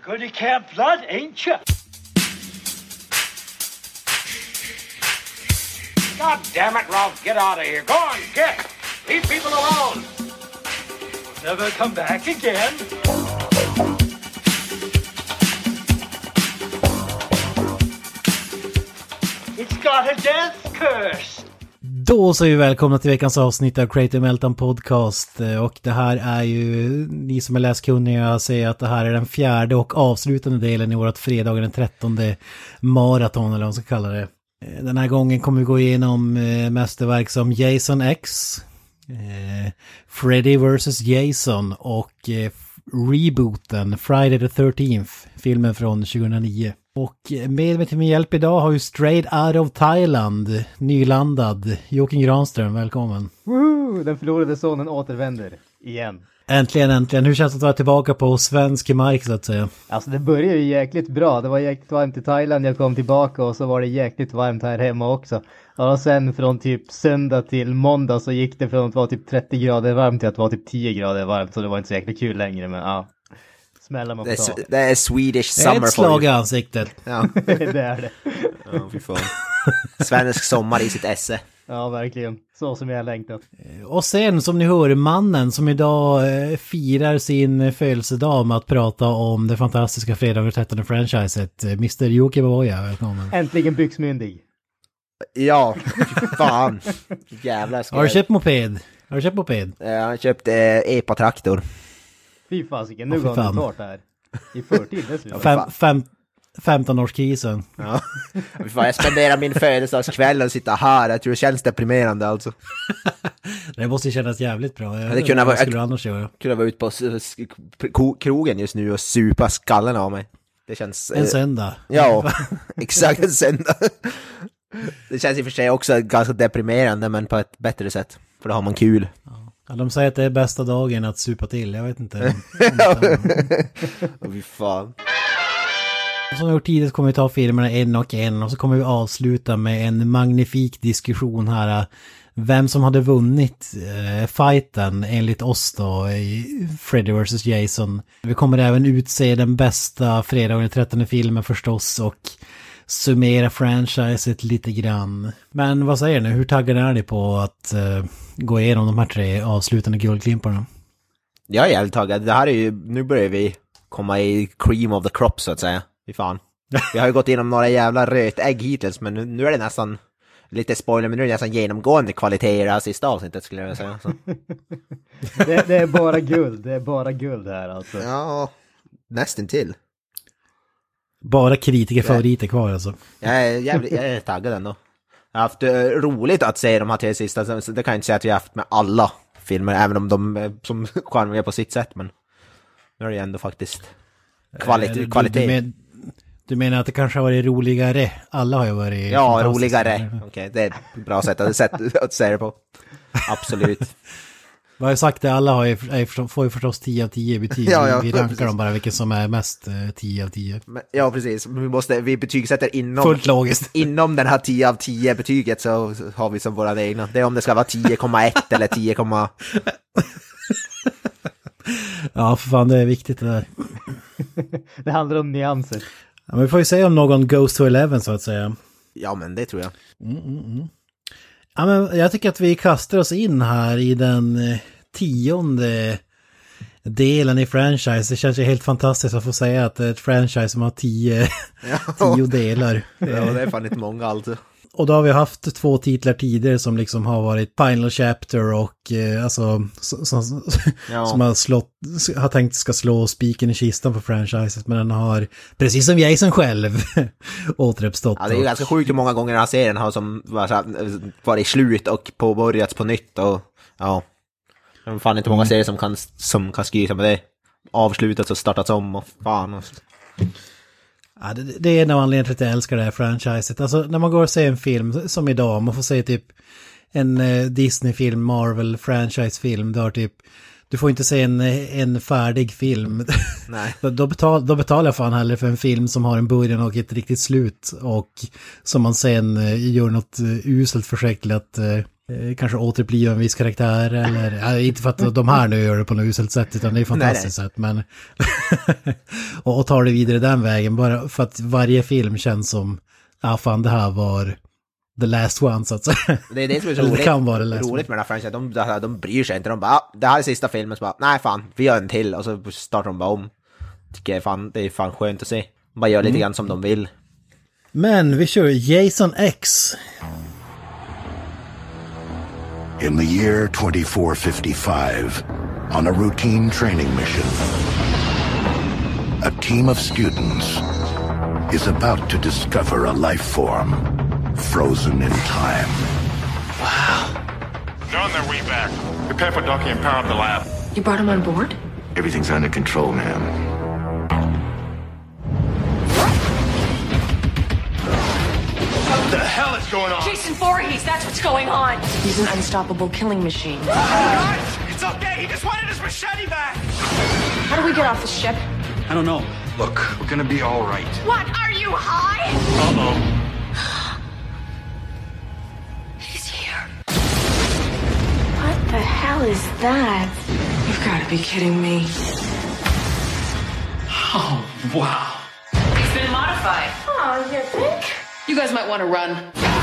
You're going to Camp Blood, ain't you? God damn it, Ralph, get out of here. Go on, get. Leave people alone. Never come back again. It's got a death curse. Då så är vi välkomna till veckans avsnitt av Creative Meltdown Podcast. Och det här är ju, ni som är läskunniga säger att det här är den fjärde och avslutande delen i vårt fredagen den 13:e maraton, eller vad man ska kalla det. Den här gången kommer vi gå igenom mästerverk som Jason X, Freddy vs. Jason och rebooten Friday the 13th, filmen från 2009. Och med mig till min hjälp idag har ju Straight Out of Thailand, nylandad, Joakim Granström, välkommen. Woohoo! Den förlorade sonen återvänder, igen. Äntligen. Hur känns det att vara tillbaka på svensk mark så att säga? Alltså det började ju jäkligt bra, det var jäkligt varmt i Thailand, jag kom tillbaka och så var det jäkligt varmt här hemma också. Och sen från typ söndag till måndag så gick det från att vara typ 30 grader varmt till att vara typ 10 grader varmt, så det var inte så jäkla kul längre, men ja. Det är Swedish summer. Det är ett slag i ansiktet. Ja. Det är det. Ja, fy fan. Svensk sommar i sitt esse. Ja, verkligen. Så som jag längtat. Och sen, som ni hör, mannen som idag firar sin födelsedag med att prata om det fantastiska fredagen 13 franchiset, Mr. Joakim Boja, välkommen. Äntligen byxmyndig. Ja, fan. Jävlar ska Har du köpt moped? Jag har köpt epa-traktor. Fy fasiken, nu går det klart här. I förtid dessutom. 15-årskrisen. Ja. Fan, jag spenderar min födelsedagskväll och sitta här. Jag tror det känns deprimerande alltså. Det måste ju kännas jävligt bra. Det kunde vad skulle du annars göra? Kunde vara ute på krogen just nu och supa skallen av mig. Det känns... En söndag. Ja, exakt, en söndag. Det känns i och för sig också ganska deprimerande, men på ett bättre sätt. För då har man kul. Ja, de säger att det är bästa dagen att supa till. Jag vet inte. Fy fan. Som vi gjort tidigt kommer vi ta filmerna en och en. Och så kommer vi avsluta med en magnifik diskussion här. Vem som hade vunnit fighten enligt oss då i Freddy vs. Jason. Vi kommer även utse den bästa fredagen den 13:e filmen förstås. Och summera franchiset lite grann. Men vad säger ni? Hur taggade är ni på att gå igenom de här tre avslutande guldklimparna? Jag är jävligt taggad. Det här är ju, nu börjar vi komma i cream of the crop så att säga. Fy fan. Vi har ju gått igenom några jävla rötägg hittills, men nu är det nästan, lite spoiler, men nu är det nästan genomgående kvalitet i det här sista avsnittet skulle jag vilja säga. Så. Det är bara guld, det är bara guld här alltså. Ja, nästan till. Bara kritikerfavoriter kvar alltså. Jag är taggad ändå. Jag har haft roligt att se de här tre sista, så det kan jag inte säga att vi har haft med alla filmer, även om de är som charmiga på sitt sätt, men nu är det ändå faktiskt kvalitet. Du menar att det kanske har varit roligare? Alla har ju varit... Ja, roligare. Okej, det är ett bra sätt att säga det på. Absolut. Vad har jag sagt det? Alla får ju förstås 10 av 10 betyg. Ja, vi rankar precis. dem bara vilken som är mest 10 av 10. Ja, precis. Vi betygsätter inom... Fullt logiskt. Inom den här 10 av 10 betyget så har vi som våra egna. Det är om det ska vara 10,1 eller 10, Ja, för fan, det är viktigt det där. Det handlar om nyanser. Ja, men vi får ju se om någon goes to 11 så att säga. Ja, men det tror jag. Ja, men jag tycker att vi kastar oss in här i den 10:e delen i franchise. Det känns ju helt fantastiskt att få säga att det är ett franchise som har 10 delar. Ja, det är fan inte många alltså. Och då har vi haft 2 titlar tidigare som liksom har varit Final Chapter och alltså som har tänkt ska slå spiken i kistan på franchiset, men den har, precis som Jason själv, återuppstått. Ja, det är ju ganska sjukt hur många gånger den här serien har som varit slut och påbörjats på nytt, och ja, det är fan inte många serier som kan skryta med det. Avslutats och startats om och fan. Ja, det är en av anledningarna till att jag älskar det här franchiset. Alltså när man går och ser en film som idag, man får se typ en Disney-film, Marvel-franchise-film, du får inte se en färdig film. Nej. Då betalar jag fan hellre för en film som har en början och ett riktigt slut, och som man sen gör något uselt försök till att kanske återuppliva en viss karaktär, eller inte för att de här nu gör det på något uselt sätt, utan det är fantastiskt sätt, men och tar det vidare den vägen. Bara för att varje film känns som, ja fan det här var the last one så att säga. Det är det som är så roligt, kan vara roligt med den här franchisen. De bryr sig inte. De bara, det här är sista filmen. Så bara, nej fan, vi gör en till. Och så startar de bara om. Tycker jag fan, det är fan skönt att se. De bara gör lite grann som de vill. Men vi kör Jason X. In the year 2455, on a routine training mission, a team of students is about to discover a life form frozen in time. Wow. They're on their way back. Prepare for docking and power up the lab. You brought him on board? Everything's under control, ma'am. What the hell is going on? Jason Voorhees, that's what's going on. He's an unstoppable killing machine. Guys, it's okay. He just wanted his machete back. How do we get off the ship? I don't know. Look, we're gonna be all right. What? Are you high? Uh-oh. He's here. What the hell is that? You've got to be kidding me. Oh, wow. He's been modified. Oh, you think? You guys might want to run.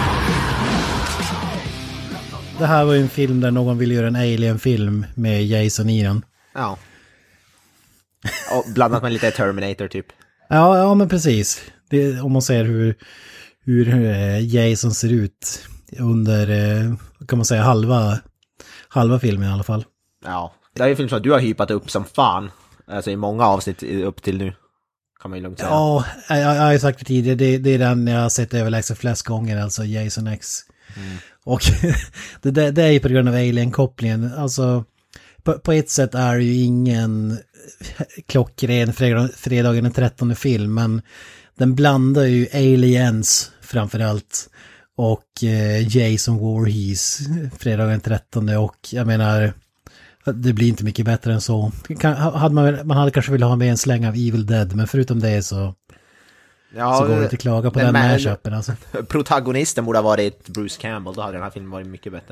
Det här var ju en film där någon ville göra en Alien-film med Jason i den. Ja. Och blandat med lite Terminator typ. Ja men precis. Det, om man ser hur Jason ser ut under, kan man säga, halva filmen i alla fall. Ja, det är ju en film som du har hypat upp som fan. Alltså i många avsnitt upp till nu. Kan man ju lugnt säga. Ja, jag har ju sagt det tidigare. Det är den jag har sett överlägset flest gånger, alltså Jason X. Och det är ju på grund av Alien-kopplingen. Alltså, på ett sätt är det ju ingen klockren fredagen den 13:e film, men den blandar ju Aliens framförallt och Jason Voorhees fredagen den 13:e, och jag menar, det blir inte mycket bättre än så. Man hade kanske velat ha med en släng av Evil Dead, men förutom det så går det inte att klaga på den här köpen. Alltså. Protagonisten borde ha varit Bruce Campbell, då hade den här filmen varit mycket bättre.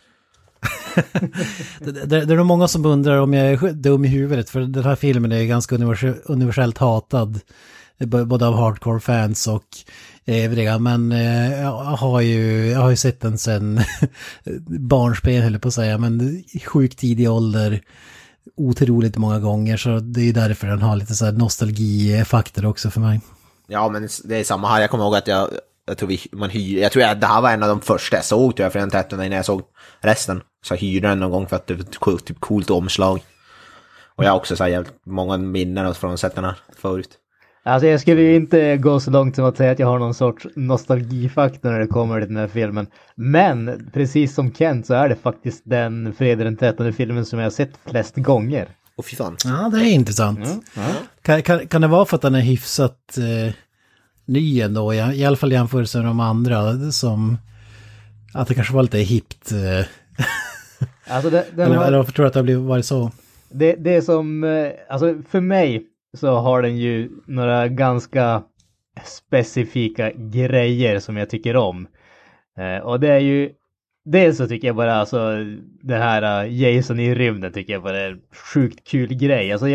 Det är nog många som undrar om jag är dum i huvudet, för den här filmen är ganska universellt hatad både av hardcore-fans och övriga, men jag har ju sett den sen barnsben, höll jag på att säga, men sjukt tidig ålder otroligt många gånger, så det är därför den har lite så här nostalgifaktor också för mig. Ja, men det är samma här. Jag kommer ihåg att jag tror att det här var en av de första jag såg, tror jag, för den 13 innan jag såg resten. Så jag hyrde den någon gång för att det var typ coolt omslag. Och jag har också så här jävligt många minnen från sett den här förut. Alltså jag skulle ju inte gå så långt som att säga att jag har någon sorts nostalgifaktor när det kommer till den här filmen. Men precis som Kent så är det faktiskt den fredag den 13:e filmen som jag har sett flest gånger. Och fy fan. Ja, det är intressant. Kan det vara för att den är hyfsat ny ändå? I alla fall jämförelse med de andra, som att det kanske var lite hippt. Alltså eller varför tror du att det har varit så? Det är som, alltså för mig så har den ju några ganska specifika grejer som jag tycker om. Och det är ju, dels så tycker jag bara, alltså det här Jason i rymden tycker jag bara är en sjukt kul grej. Alltså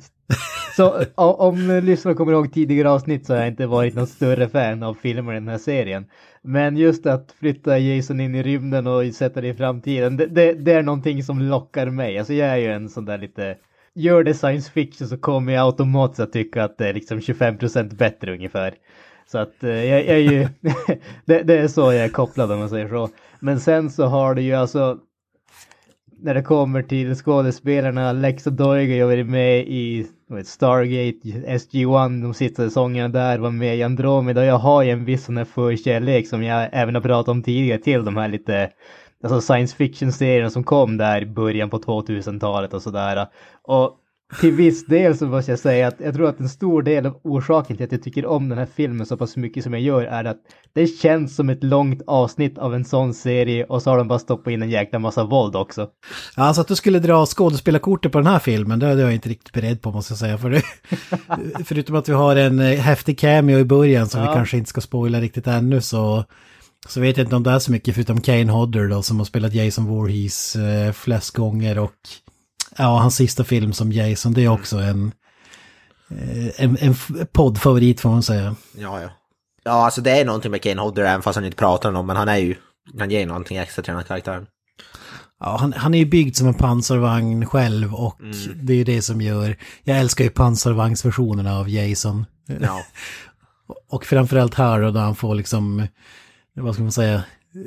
så om lyssnarna kommer ihåg tidigare avsnitt så har jag inte varit någon större fan av filmer i den här serien. Men just att flytta Jason in i rymden och sätta det i framtiden, det är någonting som lockar mig. Alltså jag är ju en sån där lite, gör det science fiction så kommer jag automatiskt att tycka att det är liksom 25% bättre ungefär. Så att jag är ju, det är så jag är kopplad om man säger så. Men sen så har det ju alltså, när det kommer till skådespelarna, Lex och Doig har varit med i Stargate, SG-1, de sista säsongerna där, var med i Andromeda. Jag har ju en viss sån här förkärlek som jag även har pratat om tidigare till de här lite, alltså science fiction-serierna som kom där i början på 2000-talet och sådär. Och till viss del så måste jag säga att jag tror att en stor del av orsaken till att jag tycker om den här filmen så pass mycket som jag gör är att det känns som ett långt avsnitt av en sån serie, och så har de bara stoppat in en jäkla massa våld också. Alltså att du skulle dra skådespelarkortet på den här filmen, det är jag inte riktigt beredd på, måste jag säga. För det, förutom att vi har en häftig cameo i början som vi kanske inte ska spoila riktigt ännu, så vet jag inte om det är så mycket, förutom Kane Hodder då, som har spelat Jason Voorhees flest gånger, och ja, hans sista film som Jason, det är också en poddfavorit får man säga. Ja. Ja, alltså det är någonting med Kane Hodder, även fast han inte pratar om, men han ger någonting extra till den här karaktären. Ja, han är ju byggd som en pansarvagn själv och det är ju det som gör... Jag älskar ju pansarvagnsversionerna av Jason. Ja. Och framförallt här då, där han får liksom, vad ska man säga,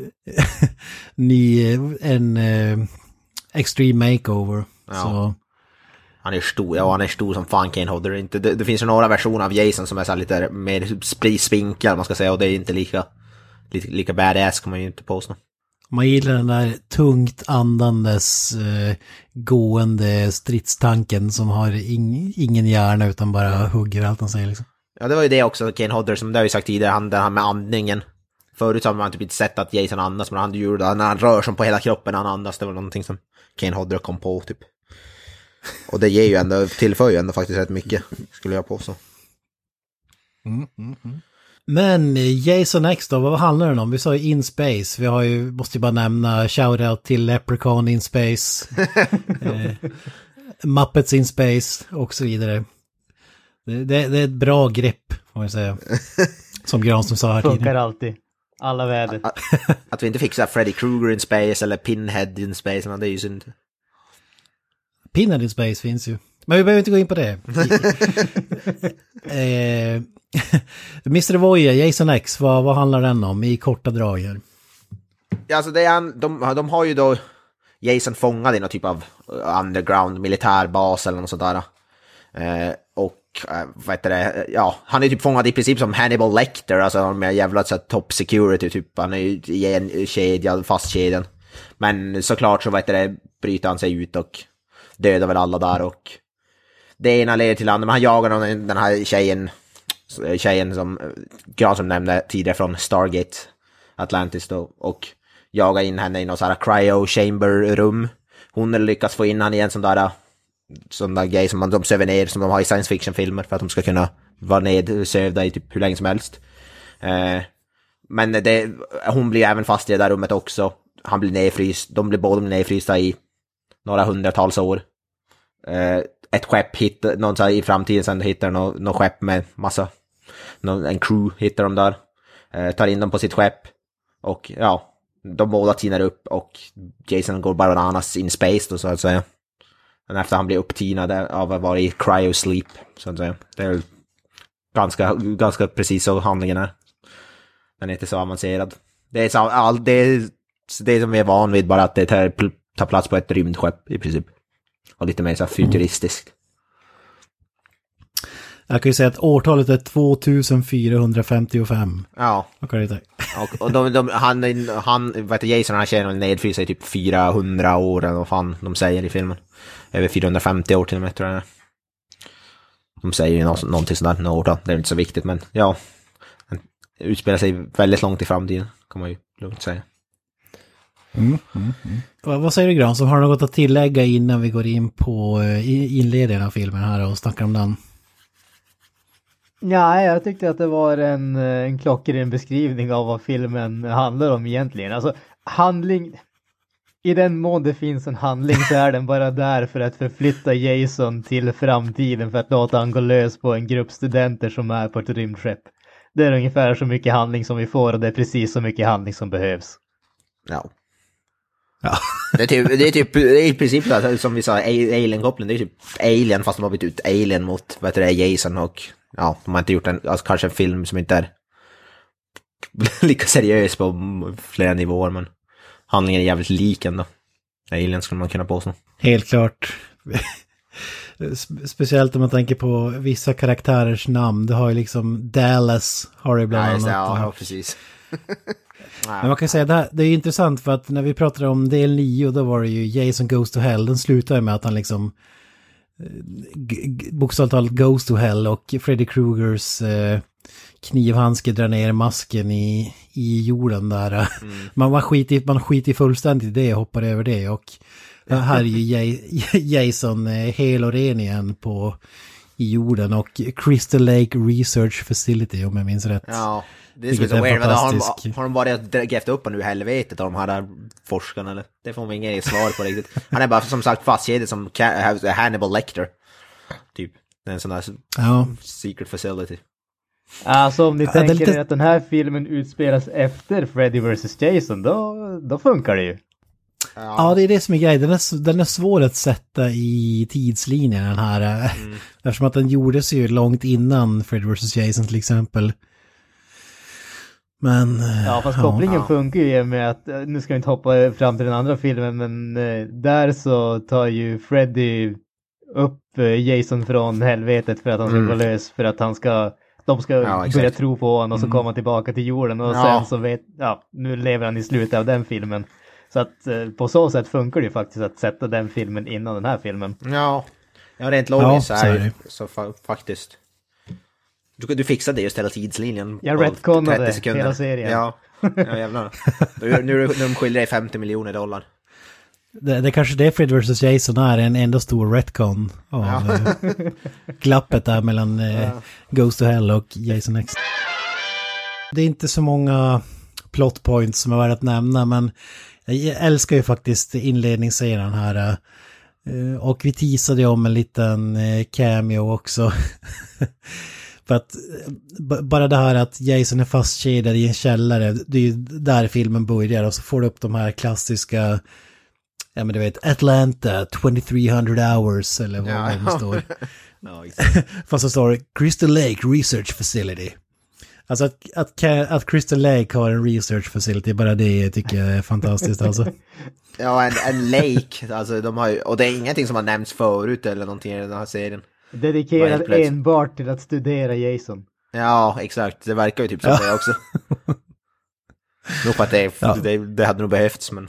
en extreme makeover. Ja. Så. Han är stor som fan, Kane Hodder. Det finns ju några versioner av Jason som är så här lite mer spinkel, man ska säga, och det är inte lika badass, kan man ju inte påstå. Man gillar den där tungt andandes gående stridstanken som har ingen hjärna utan bara hugger allt han säger liksom. Ja, det var ju det också, Kane Hodder, som det har ju sagt tidigare, han med andningen. Förut har man typ inte sett att Jason andas, men han gjorde det när han rör sig på hela kroppen när han andas. Det var någonting som Kane Hodder kom på typ. Och det ger ju ändå, tillför ju ändå faktiskt rätt mycket, skulle jag påstå. Men Jason X då, vad handlar den om? Vi sa ju In Space, måste ju bara nämna shoutout till Leprechaun In Space, Muppets In Space och så vidare. Det är ett bra grepp, får man säga. Som Granström sa här tidigare. Funkar alltid. Alla väder. Att vi inte fick så här Freddy Krueger in Space eller Pinhead in Space, men det är ju synd. Pinhead in Space finns ju. Men vi behöver inte gå in på det. Mr. Voya, Jason X, vad handlar den om i korta drag här? Ja, alltså de har ju då Jason fångad i någon typ av underground militärbas eller något sånt där. Och vad heter det? Ja, han är typ fångad i princip som Hannibal Lecter, alltså med jävla så top security typ. Han är ju i en kedja, fastkedjan. Men såklart så bryter han sig ut och dödar väl alla där, och det ena leder till andra. Men han jagar den här tjejen som Granström nämnde tidigare från Stargate Atlantis då, och jagar in henne i någon sån här cryo chamber rum. Hon lyckas få in han i en sån där grej som de söver ner, som de har i science fiction filmer, för att de ska kunna vara nedsövda i typ hur länge som helst. Men hon blir även fast i det där rummet också. Han blir nedfryst. De blir båda nedfrysta i några hundratals år. Ett skepp hittar någon så här, i framtiden sen hittar någon skepp med massa, en crew hittar de där, tar in dem på sitt skepp, och ja, de båda tinar upp och Jason går bananas in space då, så att säga. Men efter han blir upptinad av att vara i cryo sleep, så att säga. Det är ganska precis så handlingen är. Den är inte så avancerad. Det är som vi är van vid, bara att det tar plats på ett rymdskepp i princip. Och lite mer så futuristiskt. Jag kan ju säga att årtalet är 2455. Ja. Och Jason, han känner nedfrysa i typ 400 år, eller vad fan de säger i filmen. Över 450 år till och med, tror jag. De säger ju någonting sådär, något årtal. Det är inte så viktigt, men ja. Den utspelar sig väldigt långt i framtiden, kan man ju lugnt säga. Vad säger du, Gran? Så har du något att tillägga innan vi går in på inledningen av filmen här och snackar om den? Ja, jag tyckte att det var en klockren beskrivning av vad filmen handlar om egentligen. Alltså, handling... I den mån det finns en handling så är den bara där för att förflytta Jason till framtiden, för att låta han gå lös på en grupp studenter som är på ett rymdskepp. Det är ungefär så mycket handling som vi får, och det är precis så mycket handling som behövs. Ja. Det är typ i princip som vi sa, Alien-koppling, det är typ Alien fast de har bytt ut Alien mot Jason, och ja, de har inte gjort kanske en film som inte är lika seriös på flera nivåer, men handlingen är jävligt lik ändå. Alien skulle man kunna påstå. Helt klart. Speciellt om man tänker på vissa karaktärers namn. Det har ju liksom Dallas har det bland annat. Ja, precis. Men man kan säga att det är intressant, för att när vi pratade om del 9, då var det ju Jason Goes to Hell. Den slutar med att han liksom bokstavligt talat goes to hell, och Freddy Kruegers knivhandske drar ner masken i jorden där. Man skiter fullständigt i det och hoppar över det, och här är ju Jason hel och ren igen i jorden, och Crystal Lake Research Facility, om jag minns rätt. Ja, det är så weird. Har de bara grävt upp nu i helvetet av de här forskarna, eller? Det får man inget svar på riktigt. Han är bara som sagt fastkedjad som Hannibal Lecter typ. Det är en sån där secret facility. Alltså om ni tänker er att den här filmen utspelas efter Freddy vs. Jason, då funkar det ju. Ja, det är det som är grejen. Den är svår att sätta i tidslinjen, den här. Eftersom att den gjordes ju långt innan Freddy vs. Jason till exempel. Men... Ja, fast kopplingen funkar ju med att, nu ska vi inte hoppa fram till den andra filmen, men där så tar ju Freddy upp Jason från helvetet för att han ska gå lös, för att de ska börja tro på honom och så komma tillbaka till jorden och sen så nu lever han i slutet av den filmen. Så att på så sätt funkar det ju faktiskt att sätta den filmen innan den här filmen. Ja rent logiskt så faktiskt. Du fixade just hela tidslinjen. Jag retconade hela serien. Ja jävlar. Nu de skiljer dig $50 miljoner. Det kanske det Freddy vs. Jason är, en enda stor retcon av glappet där mellan Goes to Hell och Jason X. Det är inte så många plot points som är värda att nämna, men jag älskar ju faktiskt inledningsscenen här. Och vi teasade om en liten cameo också. För att bara det här att Jason är fastkedjad i en källare, det är ju där filmen börjar, och så får du upp de här klassiska, ja men du vet, Atlanta 2300 hours eller vad det står. Fast så står Crystal Lake Research Facility. Alltså att Crystal Lake har en research facility, bara det tycker jag är fantastiskt alltså. Ja, en lake, alltså de har ju, och det är ingenting som har nämnts förut eller någonting i den här serien. Dedikerad enbart till att studera Jason. Ja, exakt. Det verkar ju typ som det också. Nog för att det hade nog behövts, men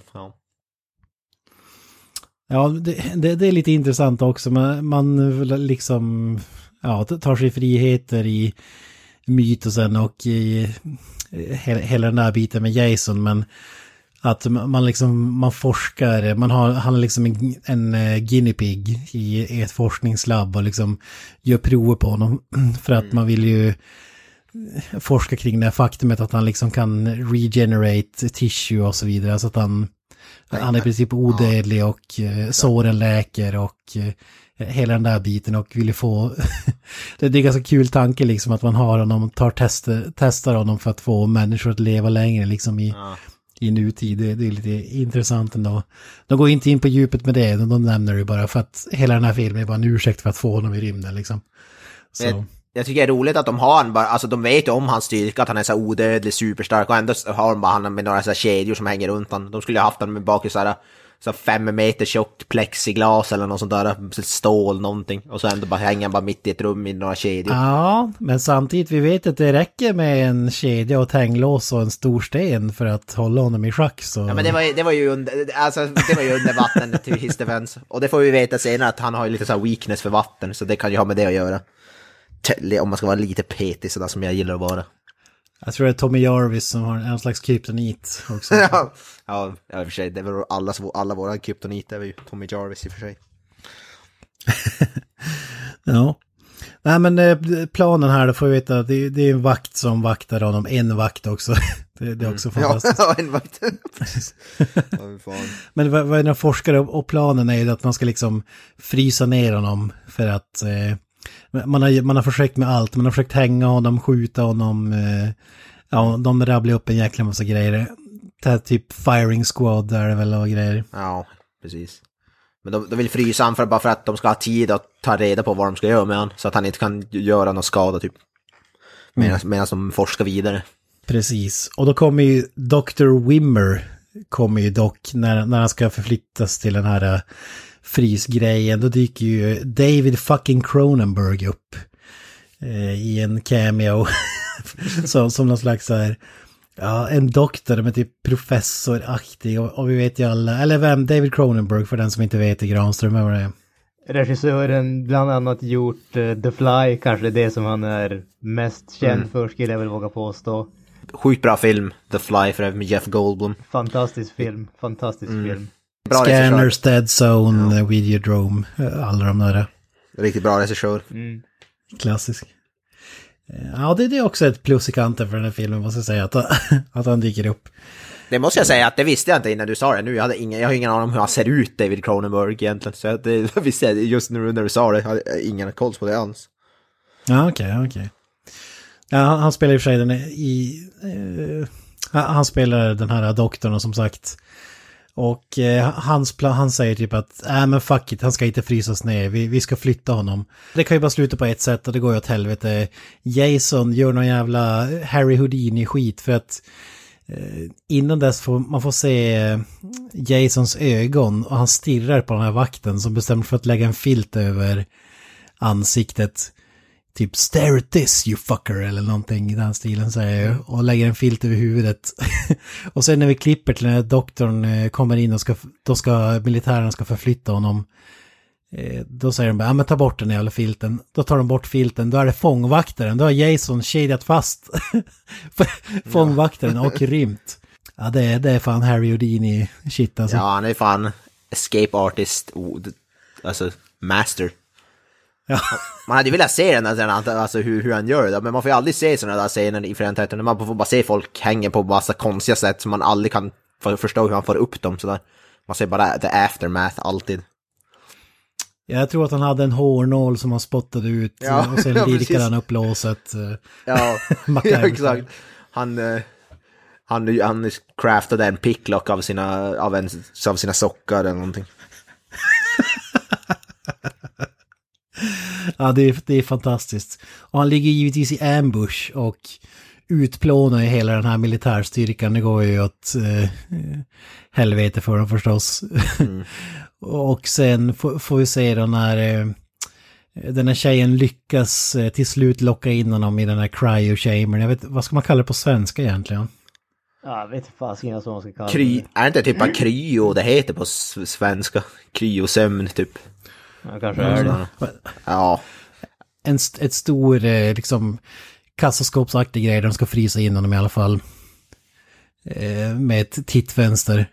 Ja, det är lite intressant också. Man liksom tar sig friheter i mytosen och i hela den här biten med Jason, men att man forskar, han är liksom en guinea pig i ett forskningslabb och liksom gör prover på honom för att man vill ju forska kring det faktumet att han liksom kan regenerate tissue och så vidare, så att han är i princip odödlig och såren läker och hela den där biten, och vill ju få det är ganska kul tanke liksom att man har honom, testar honom för att få människor att leva längre liksom i nutid. Det är lite intressant ändå. De går inte in på djupet med det, de nämner det bara för att hela den här filmen är bara en ursäkt för att få honom i rymden liksom. Så. Jag tycker det är roligt att de har han bara, alltså de vet ju om hans styrka, att han är så odödlig, superstark, och ändå har de bara han med några så här kedjor som hänger runt han. De skulle ha haft han med bak i så 5 meter tjock plexiglas eller något sånt där, stål någonting, och så ändå bara hänger han bara mitt i ett rum i några kedjor. Ja, men samtidigt vi vet att det räcker med en kedja och ett hänglås och en stor sten för att hålla honom i schack. Så. Ja, men det var ju under vatten till his defense. Och det får vi veta senare att han har ju lite så här weakness för vatten, så det kan ju ha med det att göra. Om man ska vara lite petig sådär som jag gillar att vara. Jag tror det är Tommy Jarvis som har en slags kryptonit också. ja, i och för sig. Det är väl alla våra kryptonit är ju Tommy Jarvis i och för sig. Ja. Nej, men planen här, då får vi veta att det är en vakt som vaktar honom. En vakt också. Det är också fantastiskt. Ja, en vakt. Men vad är den forskare och planen är ju att man ska liksom frysa ner honom för att... Man har försökt med allt. Man har försökt hänga honom, skjuta honom. De rabblar upp en jäkla massa grejer. Det här typ firing squad är det väl och grejer. Ja, precis. Men de vill frysa han bara för att de ska ha tid att ta reda på vad de ska göra med han. Så att han inte kan göra någon skada typ. Medan de forskar vidare. Precis. Och då kommer ju Dr. Wimmer kommer ju dock när han ska förflyttas till den här frysgrejen, då dyker ju David fucking Cronenberg upp i en cameo som någon slags så här, en doktor med typ professoraktig och vi vet ju alla, eller vem, David Cronenberg för den som inte vet i Granström, vad det är. Regissören bland annat gjort The Fly, kanske det som han är mest känd för, skulle jag väl våga påstå. Sjukt bra film, The Fly, för med Jeff Goldblum. Fantastisk film. Bra Scanners, Dead Zone, Videodrome, alla de där. Riktigt bra regissör. Klassisk. Ja, det är också ett plus i kanten för den här filmen, måste jag säga, att han dyker upp. Det måste jag säga att det visste jag inte innan du sa det. Nu jag har ingen aning om hur han ser ut, David Cronenberg egentligen. Så det visste jag just nu när du sa det. Jag hade ingen koll på det alls. Ja, okej. Ja, han spelar i och för sig han spelar den här doktorn som sagt. Och han säger typ att men fuck it, han ska inte frysas ner, vi ska flytta honom. Det kan ju bara sluta på ett sätt och det går ju åt helvete. Jason gör någon jävla Harry Houdini-skit för att innan dess får man se Jasons ögon och han stirrar på den här vakten som bestämmer för att lägga en filt över ansiktet. Typ stare at this you fucker eller någonting i den stilen säger jag. Och lägger en filt över huvudet. Och sen när vi klipper till när doktorn kommer in och militärerna ska förflytta honom. Då säger de bara, men ta bort den jävla filten. Då tar de bort filten, då är det fångvaktaren. Då har Jason kedjat fast fångvaktaren och rymt. Ja, det är fan Harry Houdini shit alltså. Ja, han är fan escape artist, alltså master. Ja. Man hade ju velat se den alltså hur han gör det, men man får ju aldrig se sådana där scener i Förenta. Man får bara se folk hänga på massa konstiga sätt som man aldrig kan förstå hur han får upp dem sådär. Man ser bara the aftermath alltid. Jag tror att han hade en hårnål som han spottade ut och sen lirkade han upp låset. Ja, ja, exakt. Han craftade en picklock av sina sockar eller någonting. Ja, det är fantastiskt. Och han ligger givetvis i ambush och utplånar ju hela den här militärstyrkan. Det går ju åt helvete för dem förstås. Och sen får vi se då när den här tjejen lyckas till slut locka in honom i den här cryo chamber. Jag vet, vad ska man kalla det på svenska egentligen? Ja, jag vet inte vad man ska kalla det. Är det inte typ av kryo det heter på svenska? Kryosömn typ. Ja, kanske är det. Ja. Ett stor liksom kassaskåpsaktig grej. De ska frysa in honom i alla fall. Med ett tittfönster.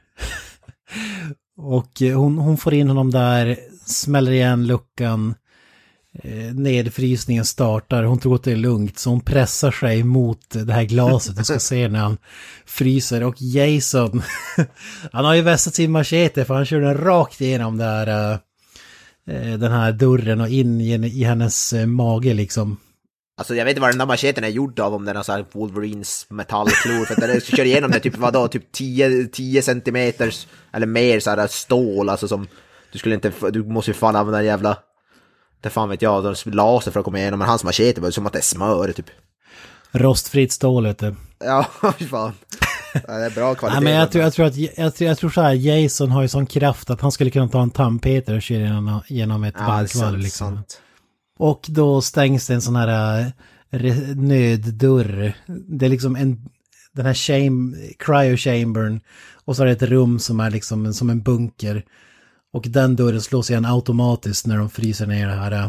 Och hon får in honom där. Smäller igen luckan. Nedfrysningen startar. Hon tror att det är lugnt. Så hon pressar sig mot det här glaset. Du ska se när han fryser. Och Jason. Han har ju vässat sin machete. För han kör den rakt igenom där. Den här dörren och in i hennes mage liksom. Alltså jag vet inte vad den där macheten är gjord av, om den har så här Wolverines metallklor, för att den kör igenom det typ vadå, typ 10 centimeters eller mer så här stål, alltså som du måste ju fan använda jävla, det fan vet jag, de laser för att komma igenom, men hans machete var som att det är smör typ. Rostfritt stål vet du. Ja, fan. Det är bra kvalitet. Nej, men jag tror så här, Jason har ju sån kraft att han skulle kunna ta en tandpeter och köra genom ett bankvalv liksom. Sant. Och då stängs det en sån här nöddörr. Det är liksom den här cryo chambern, och så är det ett rum som är liksom som en bunker. Och den dörren slås igen automatiskt när de fryser ner det här.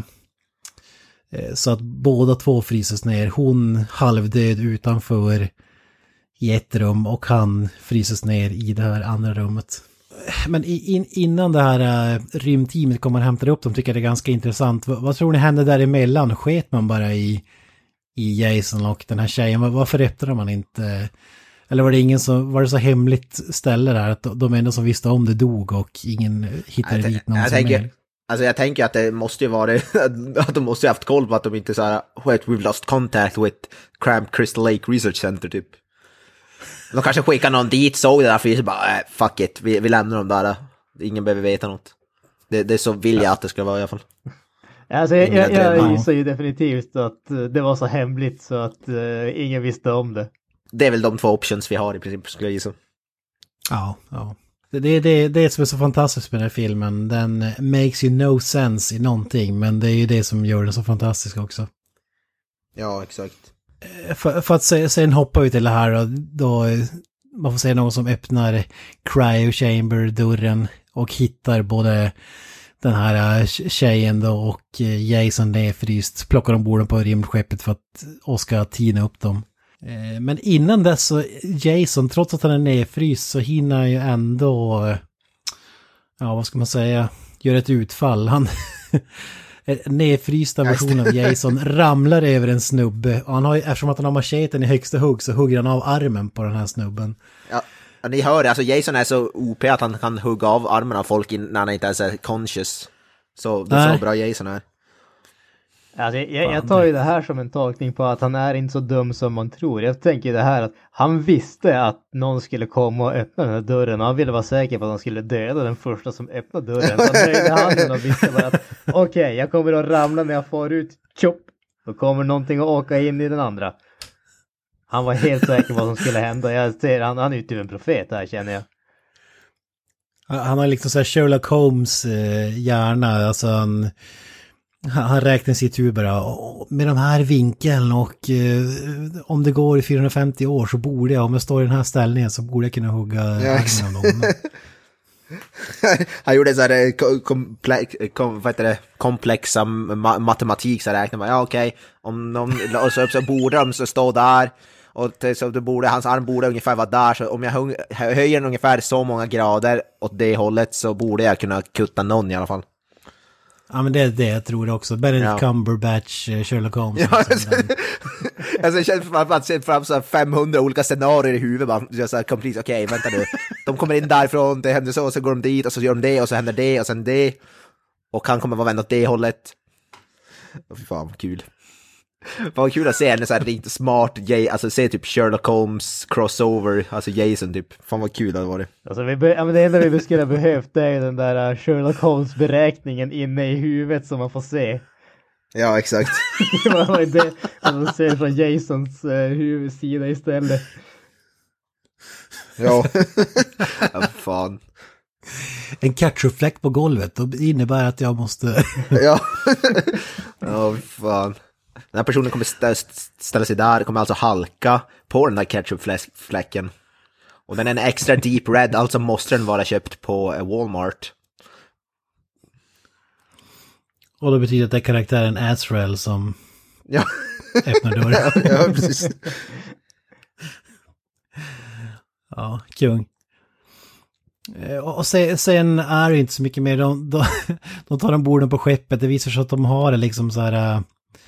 Så att båda två fryses ner. Hon halvdöd utanför i ett rum och han fryses ner i det här andra rummet. Men innan det här rymdteamet kommer att hämta upp dem tycker jag det är ganska intressant. Vad tror ni hände däremellan? Sket man bara i Jason och den här tjejen? Varför öppnade man inte? Eller var det så hemligt ställe där att de enda som visste om det dog och ingen hittade dit någon som mer? Alltså jag tänker att det måste ju vara att de måste ju haft koll på att de inte så här, we've lost contact with Cramp Crystal Lake Research Center typ. De kanske skickar någon dit, såg det där för bara fuck it, vi lämnar dem där. Ingen behöver veta något. Det är så vill jag att det ska vara i alla fall. Alltså jag gissar ju definitivt att det var så hemligt så att ingen visste om det. Det är väl de två options vi har i princip, skulle jag gissa. Ja. Det är det som är så fantastiskt med den här filmen. Den makes you no sense i någonting, men det är ju det som gör den så fantastisk också. Ja, exakt. För att sen hoppa ut till det här och då man får se någon som öppnar cryo chamber dörren och hittar både den här tjejen då och Jason nedfryst, plockar de borden på rymdskeppet för att ska tina upp dem. Men innan dess så Jason, trots att han är nedfryst så hinner han ju ändå vad ska man säga, gör ett utfall. Han nedfrysta version av Jason ramlar över en snubbe och han har, eftersom att han har macheten i högsta hugg så hugger han av armen på den här snubben. Ja, Ni hör det, alltså Jason är så OP att han kan hugga av armarna av folk när han inte ens är conscious. Så det är så bra Jason är. Alltså, jag tar ju det här som en tolkning på att han är inte så dum som man tror. Jag tänker det här att han visste att någon skulle komma och öppna den här dörren och han ville vara säker på att han skulle döda den första som öppnade dörren. Så han höjde handen och visste bara att okej, jag kommer att ramla när jag far ut. Tjopp! Då kommer någonting att åka in i den andra. Han var helt säker på vad som skulle hända. Jag ser, han är ju typ en profet här, känner jag. Han har liksom så här Sherlock Holmes hjärna. Alltså han räknar sitt huvud bara. Med de här vinkeln och om det går i 450 år så borde jag, om jag står i den här ställningen så borde jag kunna hugga armen av någon. Han gjorde så här komplexa matematik, så räknar man, ja okej, om någon så borde de så stå där och så det borde, hans arm borde ungefär vara där, så om jag höjer den ungefär så många grader åt det hållet så borde jag kunna kutta någon i alla fall. Ja, men det är det jag tror också. Benedict Cumberbatch, Sherlock Holmes. Ja, alltså, jag känner att se fram så 500 olika scenarier i huvudet. Bara så här, complete, okej, vänta nu. De kommer in därifrån, det händer så, och så går de dit, och så gör de det, och så händer det, och sen det. Och han kommer vara vän åt det hållet. Fy fan, kul. Vad kul att se en så här riktigt smart, alltså se typ Sherlock Holmes crossover, alltså Jason typ. Fan vad kul det var det. Alltså det enda vi skulle ha behövt är den där Sherlock Holmes beräkningen inne i huvudet som man får se. Ja, exakt. Det var det man ser från Jasons huvudsida istället. Ja. Ja, fan. En ketchupfläck på golvet, då innebär att jag måste... Ja. Ja, fan. Den här personen kommer ställa sig där, kommer alltså halka på den där ketchupfläcken. Och den är en extra deep red, alltså måste den vara köpt på Walmart. Och det betyder att det är karaktären Azrael som öppnar dörren. Ja, precis. Ja, kung. Och sen är det inte så mycket mer. De tar ombord på skeppet. Det visar sig att de har det liksom så här...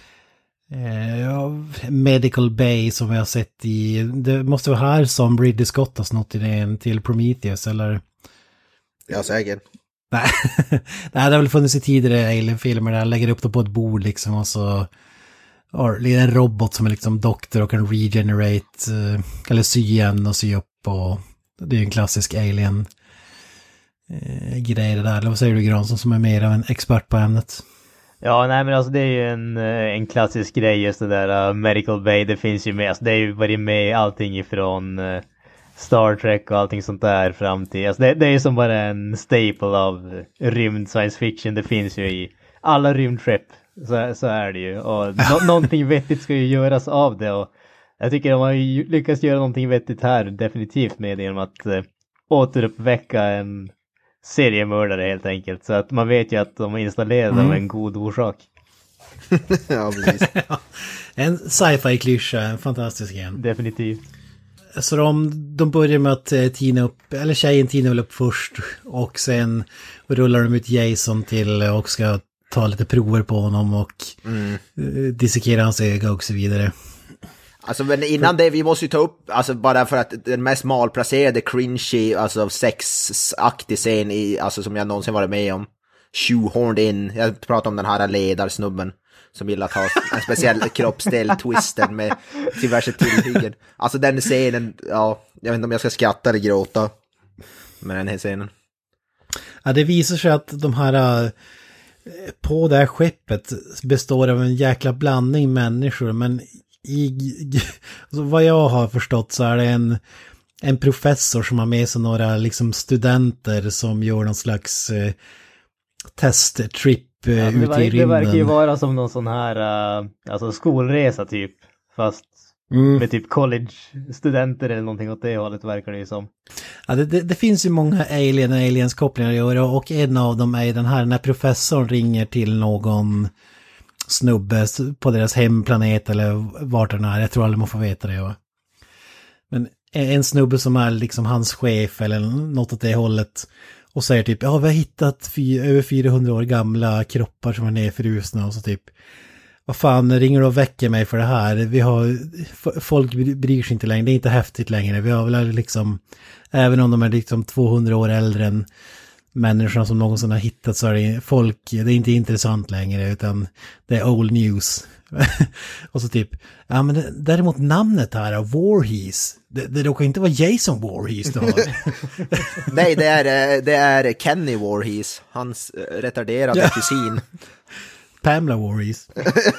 Medical Bay som vi har sett i... Det måste vara här som Ridley Scott har snott idén till Prometheus, eller? Ja, säkert. Nej, det har väl funnits i tidigare Alien-filmer där han lägger upp det på ett bord liksom, och så det är en robot som är liksom doktor och kan regenerate eller sy igen och sy upp, och det är ju en klassisk Alien grej det där. Eller vad säger du, Granson, som är mer av en expert på ämnet? Ja, nej men alltså det är ju en klassisk grej just det där Medical Bay, det finns ju med, alltså det är ju varit med i allting ifrån Star Trek och allting sånt där fram till, alltså det är ju som bara en staple av rymd science fiction, det finns ju i alla rymdskepp, så är det ju, och någonting vettigt ska ju göras av det, och jag tycker de har ju lyckats göra någonting vettigt här definitivt med det, genom att återuppväcka en seriemördare helt enkelt, så att man vet ju att de installerade av en god orsak. Ja, precis. En sci-fi klyscha, en fantastisk en. Definitivt. Så de börjar med att tjejen tinar upp först, och sen rullar de ut Jason till och ska ta lite prover på honom och dissekera hans öga och så vidare. Alltså, men innan det, vi måste ju ta upp, alltså bara för att den mest malplacerade cringy, alltså sexaktig scen alltså som jag någonsin varit med om, shoehorned in, jag pratar om den här ledarsnubben som gillar att ha en speciell kroppsdel twisten med diverse tillhyggen. Alltså den scenen, ja, jag vet inte om jag ska skratta eller gråta med den här scenen. Ja, det visar sig att de här på det här skeppet består av en jäkla blandning människor, men alltså vad jag har förstått så är det en professor som har med sig några liksom studenter som gör någon slags testtrip ut i rymden. Det verkar ju vara som någon sån här alltså skolresa typ, fast med typ college-studenter eller någonting åt det hållet verkar det ju som. Ja, det finns ju många aliens-kopplingar att göra, och en av dem är den här när professorn ringer till någon snubbe på deras hemplanet eller vart den är. Jag tror aldrig man får veta det. Ja. Men en snubbe som är liksom hans chef eller något åt det hållet och säger typ, ja, vi har hittat över 400 år gamla kroppar som är nedfrusna, och så typ, vad fan, ringer och väcker mig för det här. Vi har, folk bryr sig inte längre, det är inte häftigt längre. Vi har väl liksom, även om de är liksom 200 år äldre än människorna som någonsin har hittat, så är det folk, det är inte intressant längre, utan det är old news. Och så typ, ja men däremot namnet här är Voorhees. Det råkar inte vara Jason Voorhees då. Nej, det är Kenny Voorhees, hans retarderade kusin. Pamela Voorhees.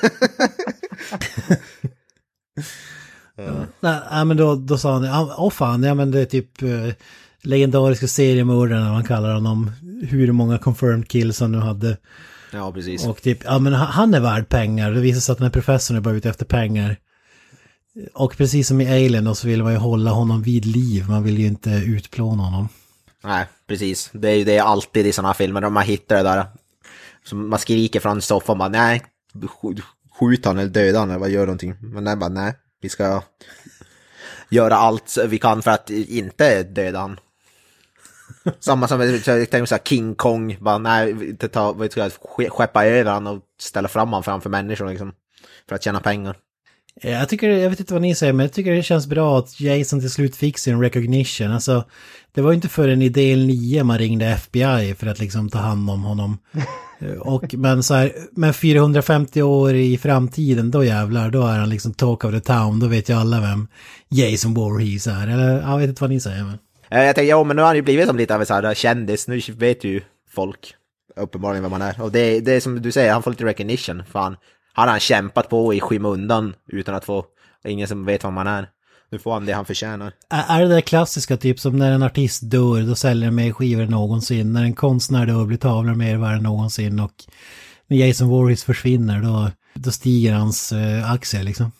Nej, men då sa han, fan, ja men det är typ legendariska seriemördaren, man kallar honom, hur många confirmed kills han nu hade. Ja, precis. Och typ, ja men han är värd pengar. Det visar sig att den här professorn är bara ute efter pengar. Och precis som i Alien då, så vill man ju hålla honom vid liv. Man vill ju inte utplåna honom. Nej, precis. Det är alltid i sådana här filmer där man hittar det där. Så man skriker från soffan bara, nej, skjut han eller döda han eller vad gör någonting. Men nej, bara nej, vi ska göra allt vi kan för att inte döda han. Samma som jag tänkte så här, King Kong, bara nej, vi ska skeppa över han och ställa fram han framför människor liksom, för att tjäna pengar. Jag vet inte vad ni säger, men jag tycker det känns bra att Jason till slut fick sin recognition. Alltså, det var ju inte förrän i del 9 man ringde FBI för att liksom ta hand om honom. Men så här, med 450 år i framtiden, då jävlar, då är han liksom talk of the town, då vet ju alla vem Jason Voorhees är. Eller, jag vet inte vad ni säger, men... Jag tänkte, ja men nu har han ju blivit som lite av en sån här kändis, nu vet ju folk uppenbarligen vem man är. Och det är som du säger, han får lite recognition, fan. Han har kämpat på i skymundan utan att få, ingen som vet vad man är. Nu får han det han förtjänar. Är det klassiska typ som när en artist dör, då säljer mer skivor än någonsin. När en konstnär dör blir tavlor mer värd än någonsin. Och när Jason Voorhees försvinner, då stiger hans aktier liksom.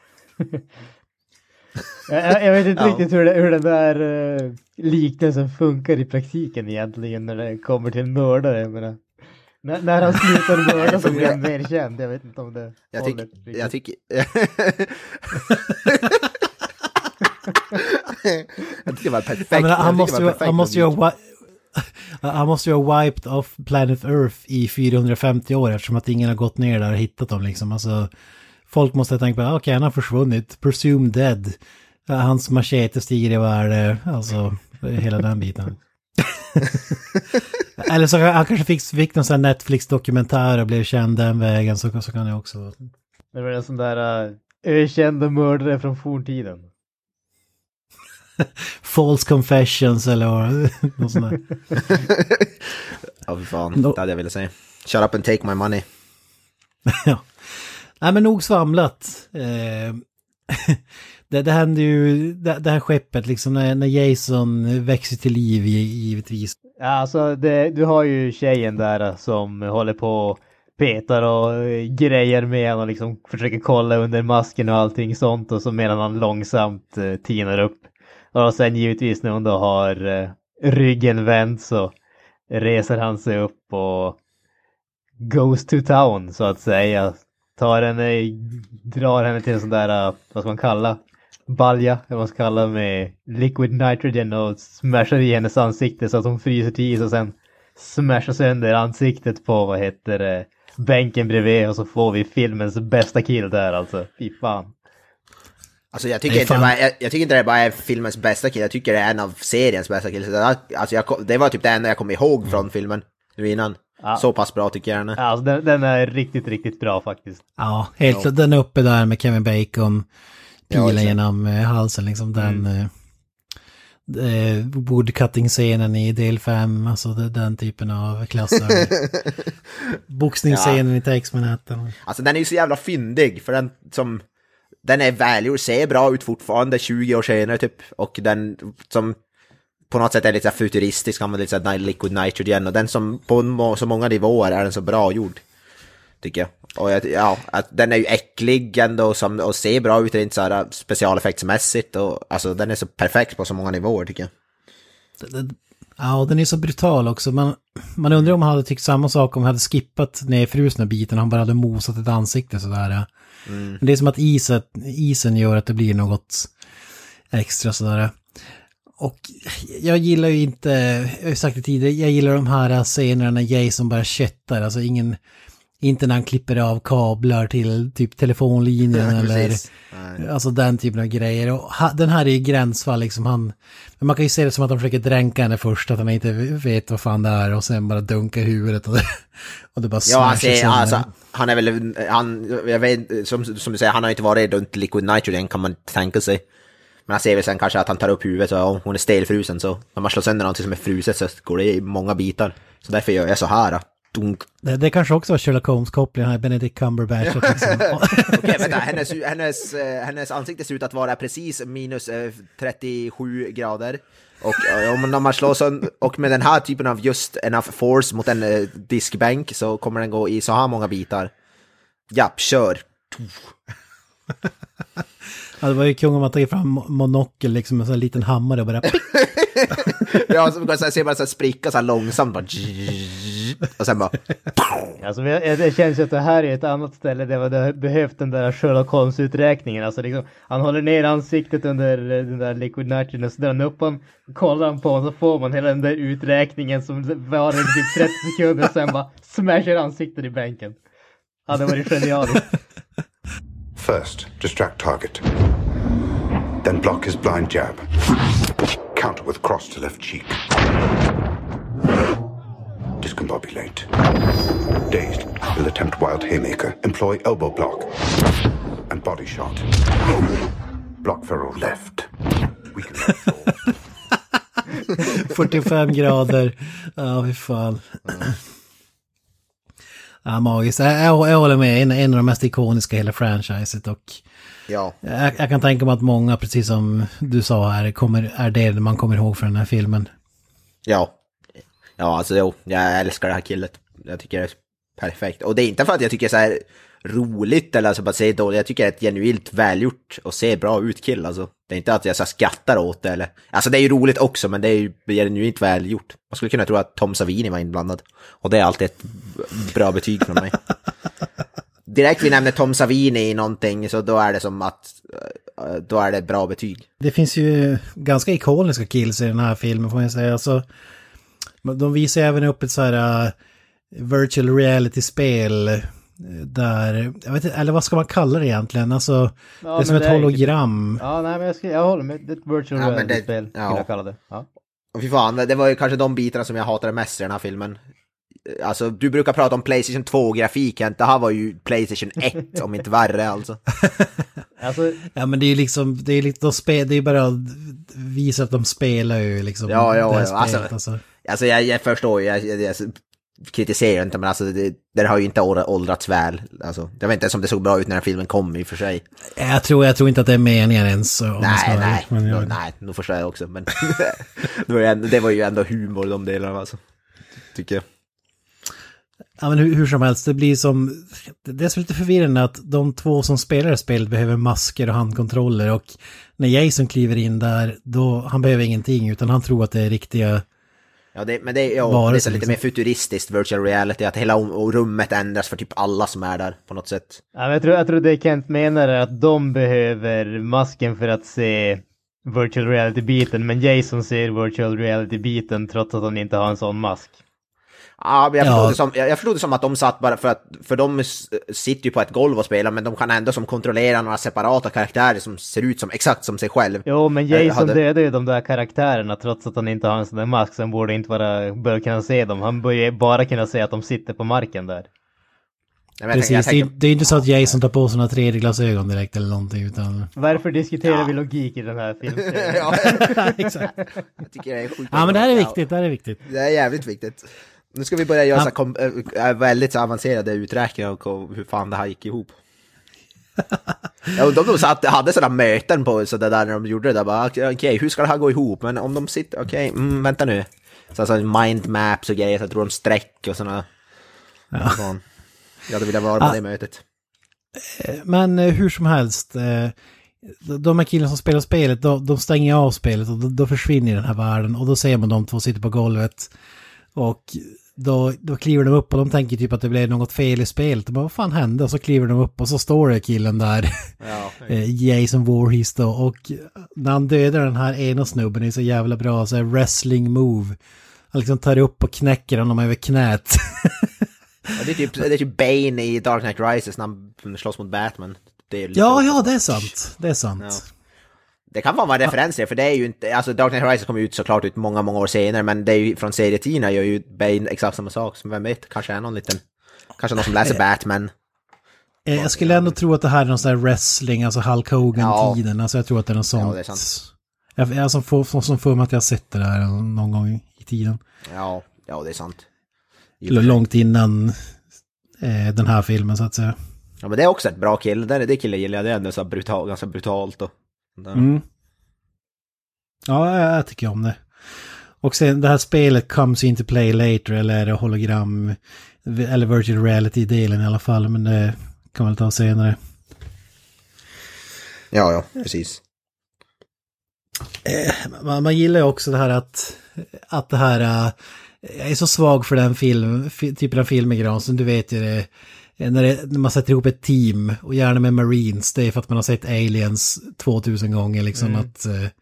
Jag vet inte riktigt hur den där liknelsen funkar i praktiken egentligen när det kommer till mördare. Jag menar, när han slutar mörda så blir han mer känd. Jag vet inte om det jag tycker det var perfekt. Ja, han måste ju ha wiped off Planet Earth i 450 år eftersom att ingen har gått ner där och hittat dem liksom. Alltså, folk måste tänka på, okej, han har försvunnit, presumed dead. Hans machete stiger i värde, alltså hela den biten. Eller så han kanske fick någon sån här Netflix-dokumentär och blev känd den vägen, så kan det också. Det var en sån där ökända mördare från forntiden. False confessions eller något sånt där. Ja, för fan, det hade jag velat säga. Shut up and take my money. Ja. Nej, men nog svamlat. Det händer ju, det här skeppet liksom, när Jason växer till liv givetvis. Ja, alltså du har ju tjejen där som håller på och petar och grejer med honom och liksom försöker kolla under masken och allting sånt, och så medan han långsamt tinar upp. Och sen givetvis när hon då har ryggen vänd så reser han sig upp och goes to town så att säga. Drar henne till en sån där, vad ska man kalla, balja, eller vad man ska kalla, med liquid nitrogen och smashar i hennes ansikte så att hon fryser till is och sen smashar sönder ansiktet på, bänken bredvid, och så får vi filmens bästa kill där alltså. Fy fan. Alltså jag tycker inte det bara är filmens bästa kill, jag tycker det är en av seriens bästa kill. Alltså det var typ det enda jag kom ihåg från filmen nu innan. Ja. Så pass bra tycker jag den är. Ja, alltså den är riktigt, riktigt bra faktiskt. Ja, helt klart. Den är uppe där med Kevin Bacon, pilen genom halsen liksom. Den woodcutting-scenen i del 5, alltså den typen av klasser. Boxningsscenen i Takes Manhattan. Alltså den är ju så jävla fyndig, för den är välgjord, ser bra ut fortfarande 20 år senare typ, och den som på något sätt är lite futuristisk, använder lite så liquid nitrogen, och den som på så många nivåer är den så bra gjord tycker jag. Och att den är ju äcklig ändå och ser bra ut, inte så här specialeffektsmässigt, och alltså den är så perfekt på så många nivåer tycker jag. Ja, den är så brutal också. Man undrar om han hade tyckt samma sak om han hade skippat nedfrusna biten och han bara hade mosat ett ansikte sådär. Men det är som att isen gör att det blir något extra sådär. Och jag gillar ju inte, jag har sagt det tidigare, jag gillar de här scenerna när Jason bara köttar, alltså Inte när han klipper av kablar till typ telefonlinjen eller alltså den typen av grejer. Och den här är ju gränsfall liksom. Men man kan ju se det som att han försöker dränka henne först, att han inte vet vad fan det är och sen bara dunkar huvudet och det bara smashar sönder. Alltså, han är väl, jag vet, som du säger, han har inte varit runt liquid nitrogen kan man tänka sig. Men jag ser väl sen kanske att han tar upp huvudet och om hon är stelfrusen så när man slår sönder någonting som är fruset så går det i många bitar. Så därför gör jag så här. Dunk. Det kanske också var Sherlock Holmes-kopplingen här, Benedict Cumberbatch. Liksom. Okej, vänta, hennes ansikte ser ut att vara precis minus 37 grader. Och om man slår sönder, och med den här typen av just enough force mot en diskbänk så kommer den gå i så här många bitar. Japp, kör. Ja, det var ju kung om att ta fram monokel liksom, en sån liten hammare och bara ja, så man ser bara så spricka så här långsamt bara, och sen bara alltså, det känns ju att det här är ett annat ställe där det behövt den där Sherlock Holmes-uträkningen. Alltså liksom, han håller ner ansiktet under den där liquid nitrogen och så drar han upp honom, kollar han på honom så får man hela den där uträkningen som var typ 30 sekunder och sen bara smashar ansiktet i bänken. Ja, det var ju genialiskt. First, distract target. Then block his blind jab. Counter with cross to left cheek. Discombobulate. Dazed, will attempt wild haymaker. Employ elbow block. And body shot. Block ferro left. Weaken left fall. 45 grader. Ja, fy fan. Ja, magiskt. Jag håller med. En av de mest ikoniska i hela franchiset. Och ja. Jag kan tänka mig att många, precis som du sa här, är det man kommer ihåg från den här filmen. Ja, alltså jag älskar det här killet. Jag tycker det är perfekt. Och det är inte för att jag tycker det är så här roligt eller alltså bara säga dåligt. Jag tycker det är ett genuint välgjort och ser bra ut kill. Alltså. Det är inte att jag så skrattar åt det. Eller. Alltså det är ju roligt också, men det är ju genuint välgjort. Man skulle kunna tro att Tom Savini var inblandad. Och det är alltid ett bra betyg från mig. Direkt vi nämner Tom Savini i någonting så då är det som att då är det ett bra betyg. Det finns ju ganska ikoniska kills i den här filmen får jag säga. Alltså, de visar även upp ett så här virtual reality-spel där, jag vet inte, eller vad ska man kalla det egentligen? Alltså, ja, det är som ett hologram. Ja, nej, men jag håller med. Det är ett virtual reality-spel, skulle jag kalla det. Ja. Och fy fan, det var ju kanske de bitarna som jag hatade mest i den här filmen. Alltså, du brukar prata om PlayStation 2-grafiken. Det här var ju PlayStation 1, om inte värre alltså. Ja, men det är ju liksom, det är ju bara att visa att de spelar ju liksom. Ja. Alltså jag förstår ju, jag kritiserar inte, men alltså det har ju inte åldrats väl. Alltså, jag vet inte ens om det såg bra ut när den filmen kom i och för sig. Jag tror inte att det är meningen ens. Nej, nu förstår jag också. Men det var ju ändå humor de delarna alltså, tycker jag. Ja, men hur som helst, det blir som, det är så lite förvirrande att de två som spelar spelet behöver masker och handkontroller, och när Jason kliver in där, då han behöver ingenting utan han tror att det är riktiga. Ja, det är så lite mer futuristiskt virtual reality, att hela rummet ändras för typ alla som är där på något sätt. Ja, men jag tror det Kent menar är att de behöver masken för att se virtual reality-biten, men Jason ser virtual reality-biten trots att han inte har en sån mask. Ja, jag förstod det som att de satt bara för de sitter ju på ett golv och spelar, men de kan ändå som kontrollera några separata karaktärer som ser ut som exakt som sig själv. Jo, men Jason dödar ju de där karaktärerna trots att han inte har en sån där mask, så han borde inte bör kunna se dem. Han bör bara kunna se att de sitter på marken där. Precis, det är inte så att Jason tar på såna 3D-glasögon direkt eller någonting, utan... Varför diskuterar vi logik i den här filmen? Ja, exakt. Jag tycker det är sjukt. Ja, men det här är viktigt, Det är jävligt viktigt. Nu ska vi börja göra väldigt så avancerade uträkningar och hur fan det här gick ihop. Ja, de hade sådana möten på så där när de gjorde det där. Bara, okej, hur ska det här gå ihop? Men om de sitter, vänta nu. Så alltså mind maps och grejer, så jag tror de streck och sådana. Ja. Jag hade velat vara på det mötet. Men hur som helst, de här killarna som spelar spelet, de stänger av spelet och då försvinner den här världen. Och då ser man de två sitter på golvet. Och då kliver de upp och de tänker typ att det blev något fel i spelet. De bara, vad fan hände? Och så kliver de upp och så står det killen där. Ja, Jason Voorhees då. Och när han dödar den här ena snubben, är så jävla bra. Så här wrestling move. Han liksom tar upp och knäcker honom över knät. Det är typ Bane i Dark Knight Rises när han slåss mot Batman. Det är ja, det är sant. Det är sant. Ja. Det kan vara en referens för det är ju inte, alltså Dark Knight Rises kom ut såklart ut många år senare, men det är ju från serietidningarna gör ju Bane exakt samma sak, som vem vet, kanske är någon liten, kanske någon som läser Batman. Jag skulle ändå tro att det här är någon sån här wrestling, alltså Hulk Hogan-tiden, alltså jag tror att det är något sånt. Ja, det är sant. Jag som får mig att jag sett det där någon gång i tiden. Ja, det är sant. Långt innan den här filmen så att säga. Ja, men det är också ett bra kill. Det killen gillar jag. Det är ändå så ganska brutalt. Och Ja, jag tycker om det. Och sen det här spelet comes into play later, eller är det hologram eller virtual reality-delen i alla fall, men det kan man väl ta senare. Ja, precis. Man gillar ju också det här att det här jag är så svag för den typen av filmer, som du vet ju det, när man sätter ihop ett team och gärna med Marines, det är för att man har sett Aliens 2000 gånger liksom att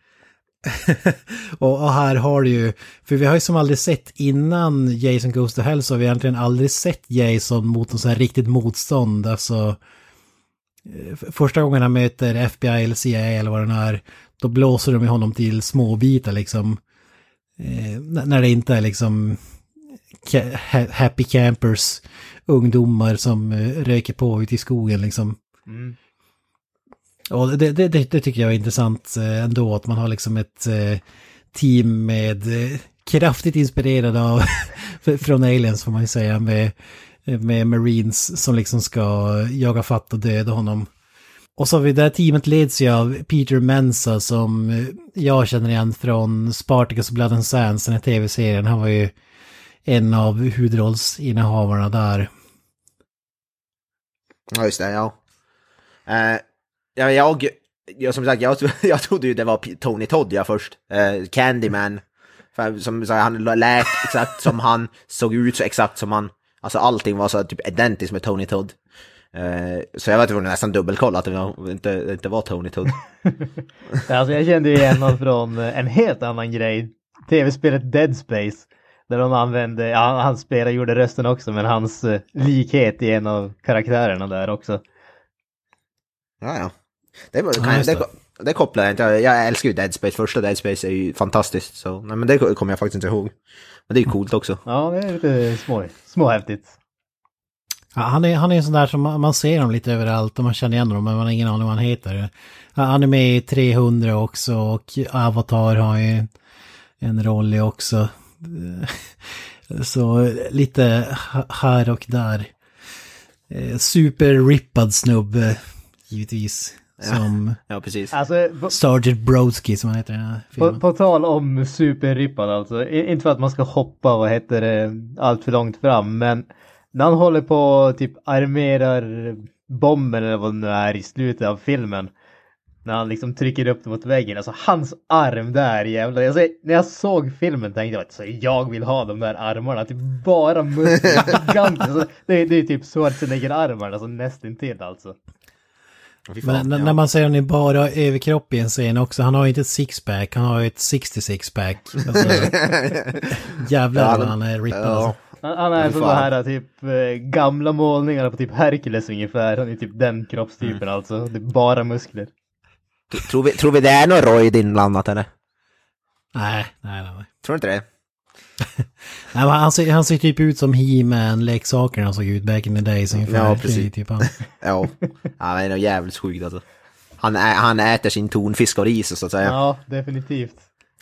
och här har du ju, för vi har ju som aldrig sett innan Jason Goes to Hell, så har vi egentligen aldrig sett Jason mot någon sån här riktigt motstånd, alltså första gången han möter FBI eller CIA eller vad den är, då blåser de i honom till små bitar liksom, när det inte är liksom happy campers, ungdomar som röker på ut i skogen liksom. Och det tycker jag är intressant ändå, att man har liksom ett team med kraftigt inspirerad av från Aliens får man ju säga, med Marines som liksom ska jaga fatt och döda honom. Och så har vi det här teamet leds ju av Peter Mensa, som jag känner igen från Spartacus Blood and Sands, den här tv-serien. Han var ju en av huvudrollsinnehavarna där. Ja, just det, ja. Jag som sagt, jag trodde ju det var Tony Todd först. Candyman. För, som han lät exakt som han, såg ut så exakt som han. Alltså allting var så typ identiskt med Tony Todd. Så jag var tvungen nästan dubbelkolla att det inte var Tony Todd. Alltså jag kände ju igen honom från en helt annan grej. TV-spelet Dead Space. Där de använde, han gjorde rösten också, men hans likhet i en av karaktärerna där också. Ja. Det kopplar jag inte. Jag älskar ju Dead Space. Första Dead Space är ju fantastiskt. Så, nej, men det kommer jag faktiskt inte ihåg. Men det är ju coolt också. Ja, det är lite småhäftigt. Ja, han är en sån där som man ser honom lite överallt och man känner igen honom, men man har ingen aning vad han heter. Han är med i 300 också, och Avatar har ju en roll i också. Så lite här och där. Super rippad snubbe givetvis. Som ja, precis. Alltså, Sergeant Brodsky som han heter i den här filmen. På tal om superrippad alltså. Inte för att man ska hoppa, vad heter det, allt för långt fram. Men när han håller på typ armerar bomben eller vad det nu är i slutet av filmen. När han liksom trycker upp det mot väggen. Alltså hans arm där jävlar. Alltså, när jag såg filmen tänkte jag att jag vill ha de där armarna. Typ bara muskler. Gigantiskt. Alltså, det är typ Schwarzenegger-armarna. Alltså nästintill alltså. Men när man säger att han är bara överkropp i en scen också. Han har ju inte ett sixpack. Han har ju ett 66-pack. Alltså, jävlar vad han är rippad. Ja. Han är sådana här typ gamla målningar på typ Hercules ungefär. Han är typ den kroppstypen alltså. Det är bara muskler. Tror vi det är någon roid inblandat eller? Nej. Tror inte det? Nej, men han ser typ ut som He-Man, leksakerna såg ut back in the days ungefär. Ja, precis. Typ han. Ja, han är nog jävligt sjukt alltså. Han äter sin tonfisk och ris så att säga. Ja, definitivt.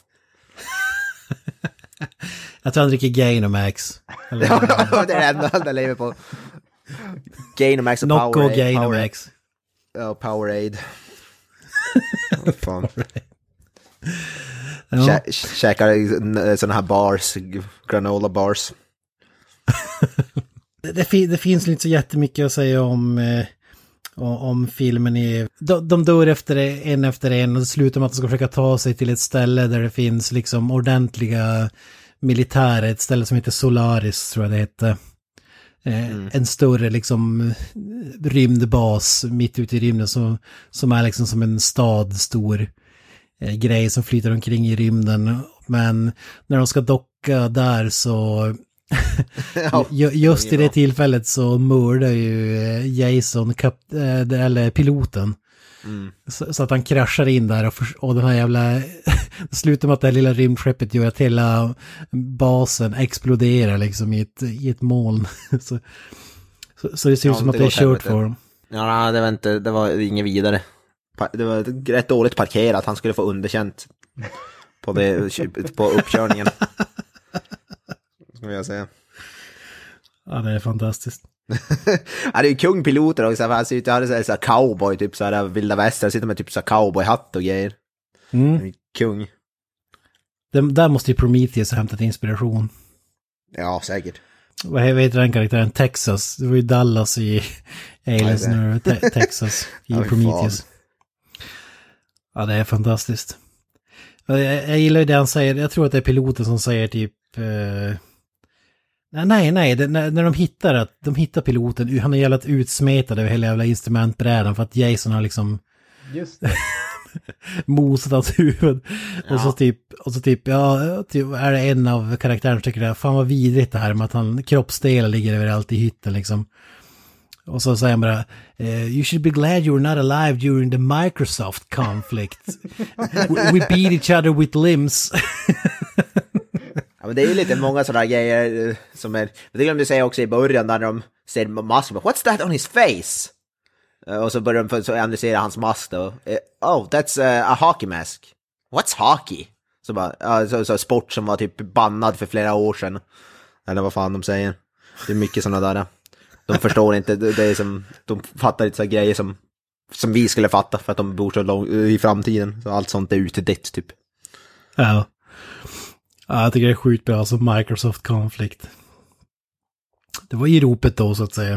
Jag tror han dricker Gainomax. Eller... ja, det är det enda han lever på. Gainomax och Nocco Powerade. Gainomax. Ja, Powerade. Fan. Ja. Käkar såna här bars, granola bars. Det finns inte så jättemycket att säga om filmen. De dör efter en och det slutar med att de ska försöka ta sig till ett ställe där det finns liksom ordentliga militärer. Ett ställe som heter Solaris tror jag det heter. En större liksom rymdbas mitt ute i rymden som är liksom som en stad stor grej som flyter omkring i rymden. Men när de ska docka där så Just i det tillfället så mördar ju Jason eller piloten. Så att han kraschar in där och den här jävla slutar med att det här lilla rymdskeppet gör att hela basen exploderar liksom i ett moln. så det ser ut som att det är kört för dem. Ja, det var inget vidare. Det var rätt dåligt parkerat. Han skulle få underkänt på uppkörningen. Ska jag säga. Ja, det är fantastiskt. Ja, det är ju kungpiloter också. Han ser ut att ha så här cowboy, typ så här vilda väster. Sitter med typ så här cowboyhatt och grejer. Kung. Där måste ju Prometheus ha hämtat inspiration. Ja, säkert. Vad heter den karaktären? Texas. Det var ju Dallas i Aliens nu. Texas i Prometheus. Ja, det är fantastiskt. Jag gillar ju det han säger. Jag tror att det är piloten som säger typ... Nej. När de hittar piloten. Han är jävla utsmetad över hela jävla instrumentbrädan. För att Jason har liksom... Just det. mosat hans huvud. Ja. Och så typ är det en av karaktärerna som tycker det. Fan vad vidrigt det här med att han kroppsdelar ligger överallt i hytten liksom. Och så säger han bara you should be glad you were not alive during the Microsoft conflict. We beat each other with limbs. Ja, men det är ju lite många sådana grejer som är... Det glömde jag säga också i början när de ser masken. What's that on his face? Och så börjar de analysera hans mask då. Oh, that's a hockey mask. What's hockey? Så bara, så sport som var typ bannad för flera år sedan. Eller vad fan de säger. Det är mycket sådana där. De förstår inte, det är som, de fattar inte så grejer som vi skulle fatta för att de bor så långt i framtiden. Så allt sånt är utedött typ. Ja, jag tycker det är sjukt bra, alltså Microsoft Conflict. Det var i ropet då så att säga.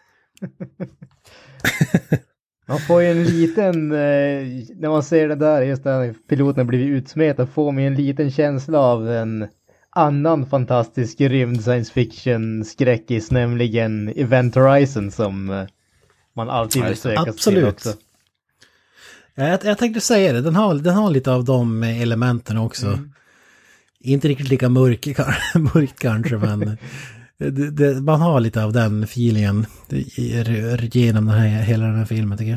Man får ju en liten, när man ser det där, just när piloten blivit utsmetad, får man ju en liten känsla av en annan fantastisk rymd science fiction skräckis, nämligen Event Horizon som man alltid vill söka till också. Jag tänkte säga det, den har lite av de elementen också. Inte riktigt lika mörkt kanske, men man har lite av den feelingen genom hela den här filmen tycker jag.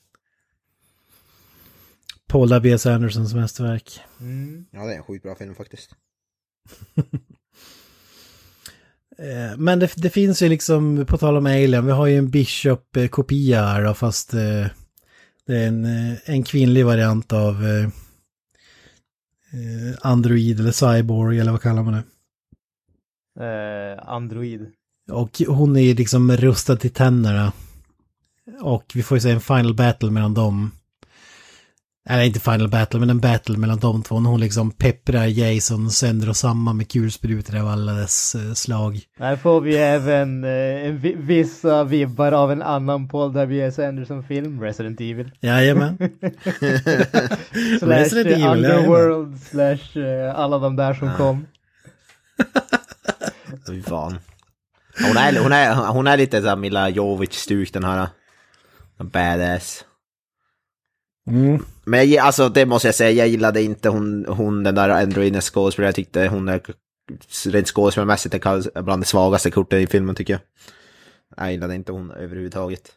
Paul W.S. Andersons mästerverk. Ja, det är en sjukt bra film faktiskt. Men det finns ju liksom, på tal om Alien, vi har ju en Bishop-kopia här då, fast det är en kvinnlig variant av android eller cyborg eller vad kallar man det? Android. Och hon är liksom rustad till tänderna. Och vi får ju se en final battle mellan dem. Eller inte final battle, men en battle mellan de två. När hon liksom pepprar Jason sönder och samman med kulsprutor av alla dess slag. Här får vi även vissa vibbar av en annan Paul W.S. Anderson-film, Resident Evil. Jajamän. Resident Evil, Underworld, / alla de där som kom. Fy fan. Hon är lite så här Mila Jovovich-stuk, den här badass. Men alltså det måste jag säga, jag gillade inte hon den där androiden skådespelaren. Jag tyckte hon är rent skådespelarmässigt bland de svagaste korten i filmen tycker jag. Jag gillade inte hon överhuvudtaget.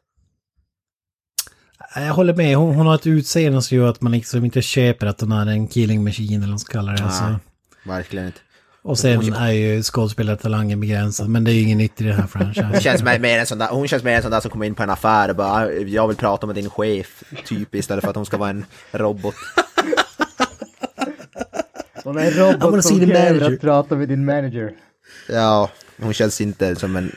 Jag håller med, hon har ett utseende som gör att man liksom inte köper att hon är en killing machine eller vad man kallar det. Alltså. Verkligen inte. Och sen är ju skådespelartalangen begränsad, men det är ju ingen nytt i den här franchisen. Hon känns mer en sån där som kommer in på en affär och bara, jag vill prata med din chef, typ, istället för att hon ska vara en robot. Hon är en robot som kräver att prata med din manager. Ja, hon känns inte som en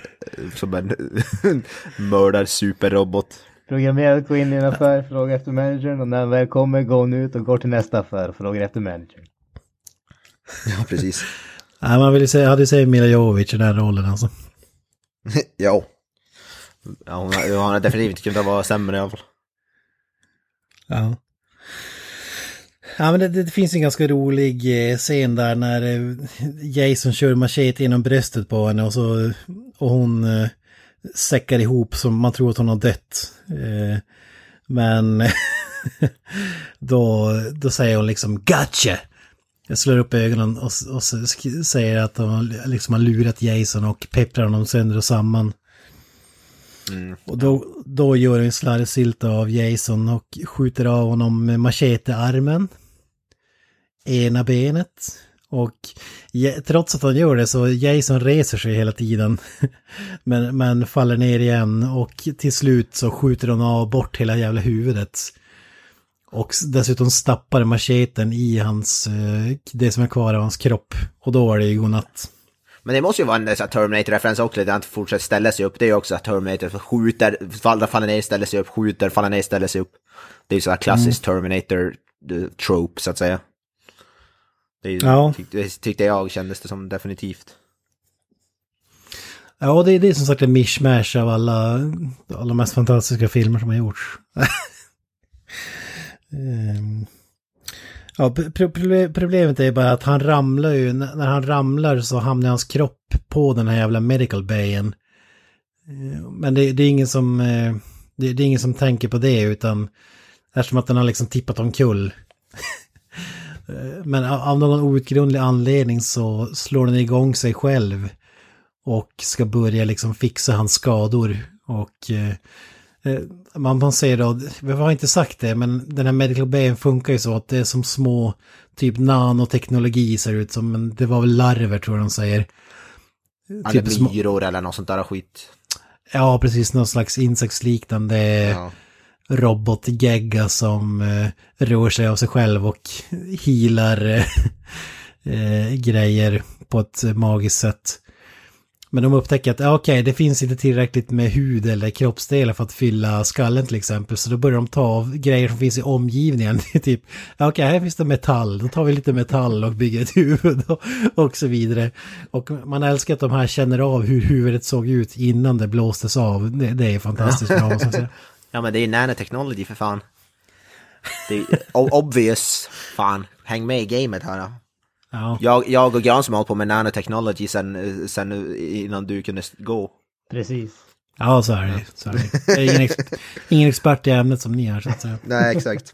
mördar superrobot. Programmerat går in i en affär, frågar efter managern, och när han väl kommer går hon ut och går till nästa affär och frågar efter managern. Ja, precis. Nej, man vill säga, hade ju sagt Mila Jovovich i den här rollen alltså. Ja, hon har definitivt kunnat vara sämre i alla fall. Ja. Ja, men det finns en ganska rolig scen där när Jason kör machete genom bröstet på henne och hon säckar ihop som man tror att hon har dött. Men då säger hon liksom gotcha! slår upp ögonen och säger att de liksom har lurat Jason och pepprar honom sönder och samman. Och då gör en slarvsylta av Jason och skjuter av honom med machetearmen, ena benet, och trots att han gör det så Jason reser sig hela tiden men faller ner igen, och till slut så skjuter de av bort hela jävla huvudet och dessutom stappar macheten i hans det som är kvar av hans kropp, och då var det ju godnatt. Men det måste ju vara en Terminator-referens också, där han fortsätter ställa sig upp. Det är ju också att Terminator skjuter, faller ner, ställer sig upp, skjuter, faller ner, ställer sig upp. Det är ju så här klassisk Terminator-trope, så att säga. Det tyckte jag kändes det som definitivt. Ja, det är som sagt en mishmash av alla mest fantastiska filmer som har gjorts. Ja, problemet är bara att han ramlar ju, när han ramlar så hamnar hans kropp på den här jävla medical bayen. Men det är ingen som det är ingen som tänker på det, utan eftersom att den har liksom tippat omkull. Men av någon outgrundlig anledning så slår den igång sig själv och ska börja liksom fixa hans skador, och man säger då, vi har inte sagt det, men den här medical bayen funkar ju så att det är som små typ nanoteknologi, ser ut som, men det var väl larver tror jag de säger. Typ myror eller något sånt där skit. Ja, precis, någon slags insektsliknande robotgegga som rör sig av sig själv och healar grejer på ett magiskt sätt. Men de upptäcker att okej, det finns inte tillräckligt med hud eller kroppsdelar för att fylla skallen till exempel. Så då börjar de ta av grejer som finns i omgivningen. Typ, okej, här finns det metall. Då tar vi lite metall och bygger ett huvud och så vidare. Och man älskar att de här känner av hur huvudet såg ut innan det blåstes av. Det är fantastiskt bra, måste jag säga. Ja, men det är nanotechnology för fan. Det är obvious. Fan, häng med i gamet här då. Ja. Jag och Gran som har hållit på med nanotechnology sen innan du kunde gå. Precis. Ja, så är det. Jag är ingen expert i ämnet som ni är, så att säga. Nej, exakt.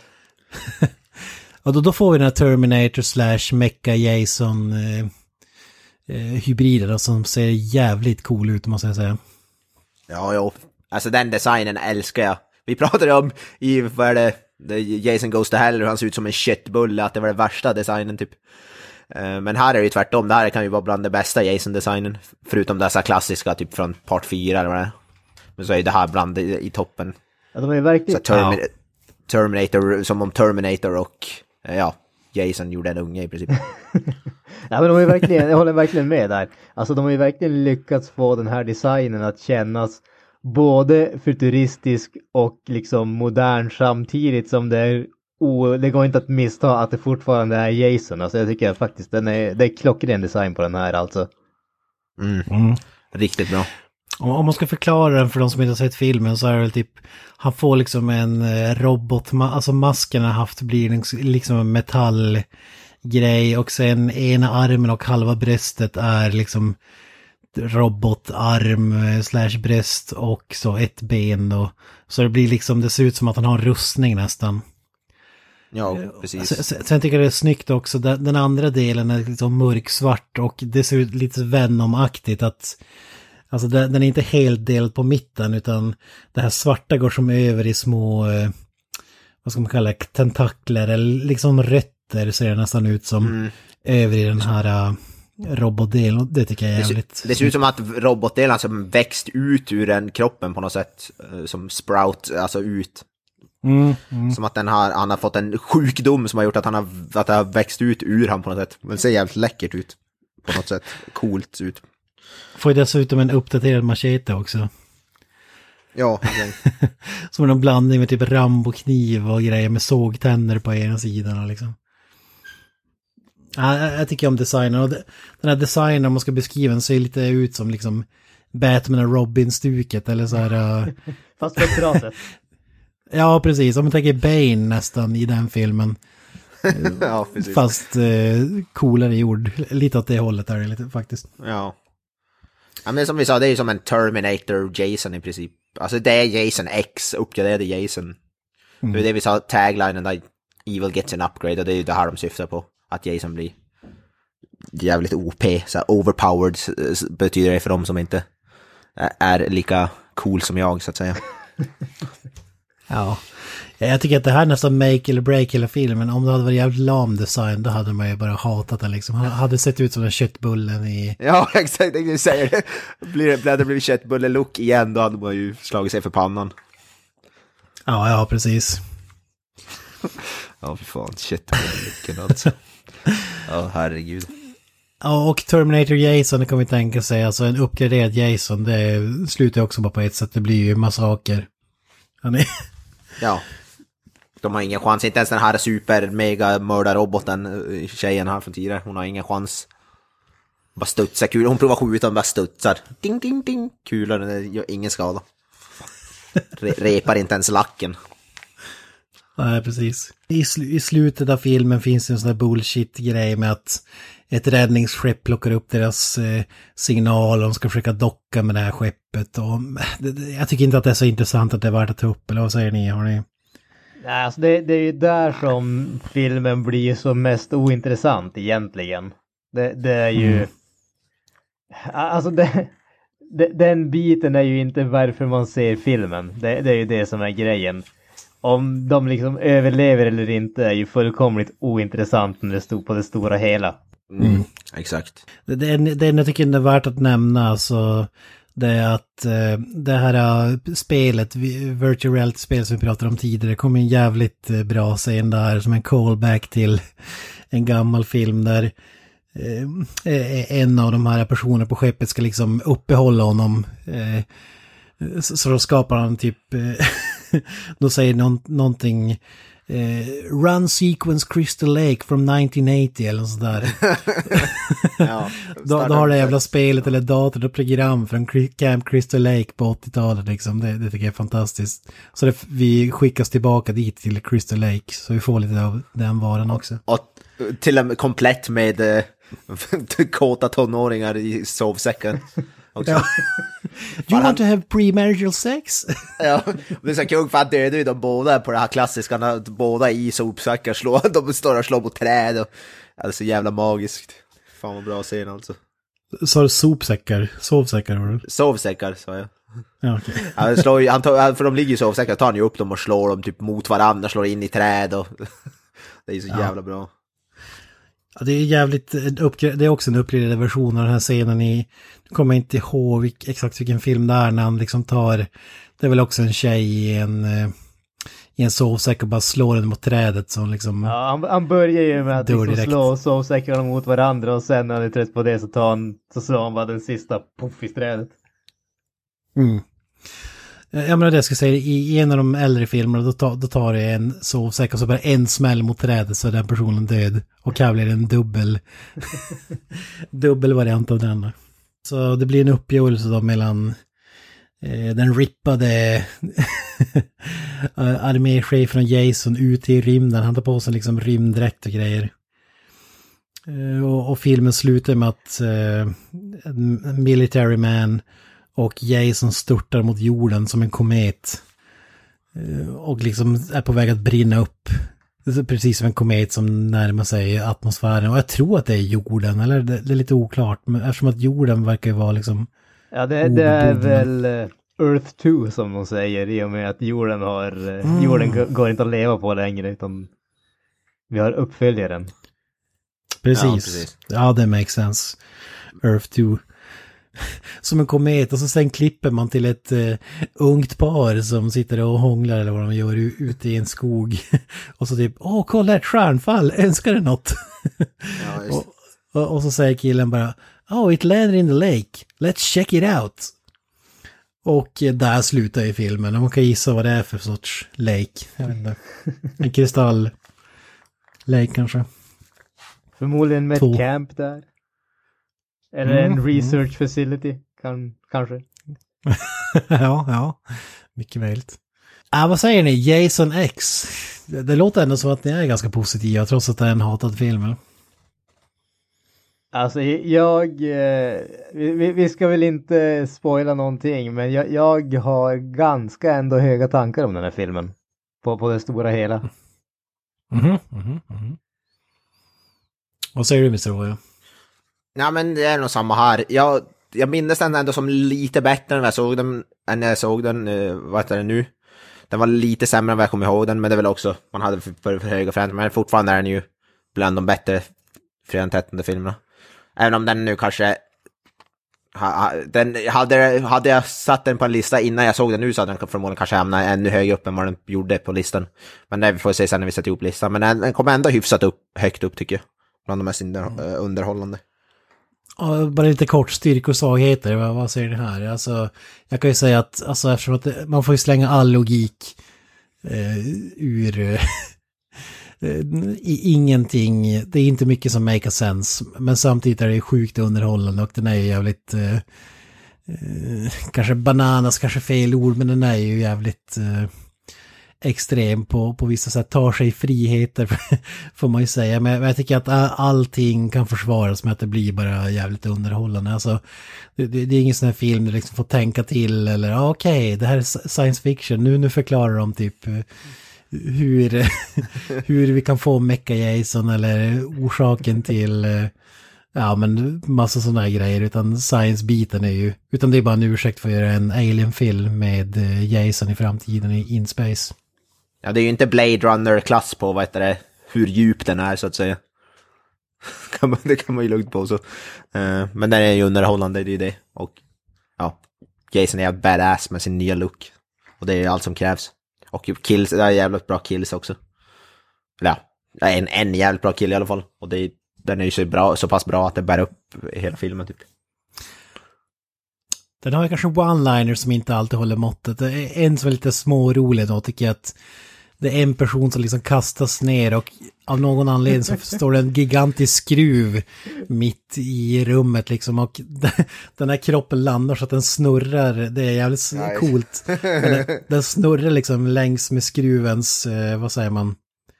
Och då får vi den här Terminator / Mecha Jason hybrider som ser jävligt cool ut, måste jag säga. Ja. Alltså den designen älskar jag. Vi pratade om i, vad är det, Jason Goes to Hell, hur han ser ut som en köttbulle, att det var det värsta designen typ. Men här är det ju tvärtom, det här kan ju vara bland det bästa Jason-designen, förutom dessa klassiska typ från part 4 eller vad det är. Men så är det här bland i toppen. Ja, de är verkligen... Terminator, som om Terminator och Jason gjorde en unge i princip. Ja, men de är verkligen, jag håller verkligen med där. Alltså de har ju verkligen lyckats få den här designen att kännas både futuristisk och liksom modern, samtidigt som det går inte att missta att det fortfarande är Jason. Alltså jag tycker faktiskt det är klockren design på den här alltså. Riktigt bra. Om man ska förklara den för de som inte har sett filmen, så är det väl typ, han får liksom en robot, alltså masken har haft blir liksom en metallgrej, och sen ena armen och halva bröstet är liksom robotarm / bröst och så ett ben då. Så det blir liksom, det ser ut som att han har en rustning nästan. Ja, precis. Sen tycker jag det är snyggt också. Den andra delen är liksom mörksvart och det ser ut lite Venom-aktigt, att alltså den är inte helt delad på mitten, utan det här svarta går som över i små vad ska man kalla det, tentakler eller liksom rötter, ser det nästan ut som över i den här robotdelen, och det tycker jag är jävligt. Det ser ut som att robotdelen som växt ut ur den kroppen på något sätt, som sprout, alltså ut. Som att han har fått en sjukdom som har gjort att det har växt ut ur han på något sätt. Men det ser jävligt läckert ut på något sätt. Coolt ut. Får ju dessutom en uppdaterad machete också. Ja. Som en blandning med typ Rambo-kniv och grejer med sågtänder på ena sidan liksom. Ja, jag tycker om designen, och den här designen, om man ska beskriva den, ser lite ut som liksom Batman och Robin-stuket eller så här. Fast på ett bra sätt. Ja, precis. Om man tänker Bane nästan i den filmen. Ja, precis. Fast coolare gjord. Lite åt det hållet är det lite faktiskt. Ja. Ja, men som vi sa, det är ju som en Terminator Jason i princip. Alltså det är Jason X, uppgraderade Jason. Det är det vi sa, taglinen där, Evil gets an upgrade, och det är ju det här de syftar på. att Jason blir jävligt OP, så här overpowered betyder det för dem som inte är lika cool som jag, så att säga. Ja, jag tycker att det här nästan make eller break hela filmen. Om det hade varit jävligt lam design, då hade man ju bara hatat den liksom. Han hade sett ut som en köttbullen i... Ja, exakt, jag säger det. Hade det blivit köttbulle-look igen, då hade man ju slagit sig för pannan. Ja, precis. Ja, för fan, köttbulle-looken alltså. Ja, herregud. Ja, och Terminator Jason, det kan vi tänka sig. Alltså en uppgraderad Jason, det slutar också bara på ett sätt. Det blir ju massaker. Ja. De har ingen chans. Inte ens den här super-mega-mördarroboten, tjejen här från tidigare. Hon har ingen chans. Bara studsar kul. Hon provar skjuta och bara studsar. Ding, ding, ding. Kulor, det gör ingen skada. Repar inte ens lacken. Nej, precis. I slutet av filmen finns det en sån där bullshit-grej med att ett räddningsskepp plockar upp deras signal och de ska försöka docka med det här skeppet. Och jag tycker inte att det är så intressant att det är värt att ta upp, eller vad säger ni? Har ni? Nej, alltså det är ju där som filmen blir så mest ointressant egentligen. Det är ju... Alltså den biten är ju inte varför man ser filmen. Det är ju det som är grejen. Om de liksom överlever eller inte är ju fullkomligt ointressant när det stod på det stora hela. Exakt. Det jag tycker det är värt att nämna, alltså, det är att det här spelet, virtual reality-spel som vi pratade om tidigare, det kom en jävligt bra scen där som en callback till en gammal film där en av de här personerna på skeppet ska liksom uppehålla honom, så då skapar han typ då säger någonting Run Sequence Crystal Lake from 1980 eller något sådär. Ja, då har det jävla spelet eller datorn och program från Camp Crystal Lake på 80-talet liksom. Det tycker jag är fantastiskt. Så vi skickas tillbaka dit till Crystal Lake så vi får lite av den varan också. Och till och med komplett med kåta tonåringar i sovsäcken. Ja. You want to have premarital sex? Ja, det är så kul för att dödar ju de båda på det här klassiska, båda i sopsäckar de står och slår mot träd och det är så jävla magiskt. Fan vad bra scen alltså. Så du sopsäckar? Sovsäckar var det? Sovsäckar, sa jag. Ja, okay. Han slår ju, för de ligger i sovsäckar, tar han ju upp dem och slår dem typ mot varandra, slår in i träd och det är ju så jävla bra. Ja, det är jävligt, det är också en uppgraderad version av den här scenen i, jag kommer inte ihåg exakt vilken film det är när han liksom tar, det är väl också en tjej i en sovsäck och bara slår den mot trädet som liksom... Ja, han börjar ju med att liksom slå sovsäckarna mot varandra och sen när han är trött på det så slår han bara den sista puff i trädet. Jag menar det jag ska säga, i en av de äldre filmerna då tar det en sovsäck och så bara en smäll mot trädet så är den personen död. Och här blir det en dubbel variant av den. Så det blir en uppgörelse då mellan den rippade arméchefen och Jason ute i rymden. Han tar på sig liksom rymddräkt och grejer. Och filmen slutar med att Military Man och Jason störtar mot jorden som en komet. Och liksom är på väg att brinna upp. Precis som en komet som närmar sig atmosfären. Och jag tror att det är jorden, eller det är lite oklart. Men eftersom att jorden verkar ju vara liksom... Ja, det är väl Earth 2 som de säger. I och med att jorden jorden går inte att leva på längre. Utan vi har uppföljaren. Precis. Ja, det makes sense. Earth 2. Som en komet och så sen klipper man till ett ungt par som sitter och hånglar eller vad de gör ute i en skog och så typ, kolla ett stjärnfall, önskar du något? Ja, och så säger killen bara, it landed in the lake, let's check it out. Och där slutar ju filmen och man kan gissa vad det är för sorts lake, jag vet inte. En kristall lake kanske. Förmodligen med ett camp där. Eller en research facility, kanske. ja, mycket möjligt. Vad säger ni? Jason X. Det låter ändå som att ni är ganska positiva trots att det är en hatad film. Alltså vi ska väl inte spoila någonting, men jag har ganska ändå höga tankar om den här filmen. På det stora hela. Vad säger du, Mr. Roy? Ja, men det är nog samma här. Jag minns den ändå som lite bättre när jag såg den, än när jag såg den, vad heter det nu? Den var lite sämre än vad jag kommer ihåg den, men det är väl också, man hade för höga förväntningar, men fortfarande är den ju bland de bättre Fredag den 13:e filmerna. Även om den nu kanske, hade jag satt den på en lista innan jag såg den nu så hade den förmodligen kanske hamnat ännu högre upp än vad den gjorde på listan. Men det får vi se sen när vi sätter ihop listan. Men den kommer ändå hyfsat högt upp tycker jag. Bland de mest underhållande. Ja, bara lite kort, styrkor och svagheter, vad säger ni här? Alltså, jag kan ju säga att, alltså, eftersom att man får ju slänga all logik ur ingenting, det är inte mycket som make sense, men samtidigt är det sjukt underhållande och den är ju jävligt kanske bananas, kanske fel ord, men den är ju jävligt extrem på vissa sätt, tar sig friheter får man ju säga, men jag tycker att allting kan försvaras med att det blir bara jävligt underhållande. Alltså det är ingen sån här film du liksom får tänka till eller okej, det här är science fiction, nu förklarar de typ hur vi kan få Mecha Jason eller orsaken till ja men massa sådana här grejer, utan science-biten är ju, utan det är bara en ursäkt för att göra en Alien-film med Jason i framtiden i In Space. Ja, det är ju inte Blade Runner-klass på, vad heter det, hur djup den är så att säga. Det kan man ju lugnt på så. Men den är ju underhållande, det är ju det. Och ja, Jason är badass med sin nya look. Och det är allt som krävs. Och kills, det är jävligt bra kills också. Eller ja, en jävligt bra kill i alla fall. Och den är ju så pass bra att det bär upp hela filmen typ. Den har ju kanske one-liners som inte alltid håller måttet. En som är lite smårolig då tycker jag att det är en person som liksom kastas ner och av någon anledning så står det en gigantisk skruv mitt i rummet liksom och den här kroppen landar så att den snurrar. Det är jävligt coolt. Den snurrar liksom längs med skruvens, vad säger man?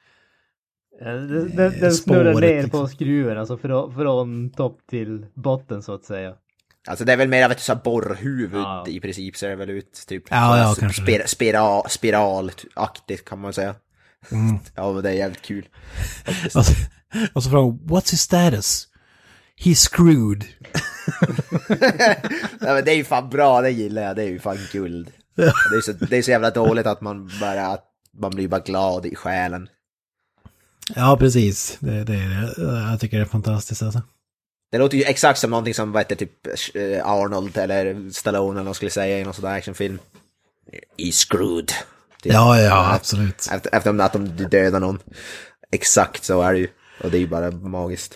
Den snurrar ner på skruven, alltså från topp till botten så att säga. Alltså det är väl mer av ett så borrhuvud i princip ser det väl ut typ. Ja, kanske. Spiralaktigt kan man säga. Mm. Ja, det är jävligt kul. Och så frågar what's his status? He's screwed. Ja, men det är ju fan bra, det gillar jag. Det är ju fan guld. Ja. Det är så jävla dåligt att man blir bara glad i själen. Ja, precis. Jag tycker det är fantastiskt alltså. Det låter ju exakt som någonting som typ Arnold eller Stallone eller någon skulle säga i någon sån där actionfilm. He's screwed. Typ. Ja, absolut. Efter att de dödar någon. Exakt så är det ju. Och det är ju bara magiskt.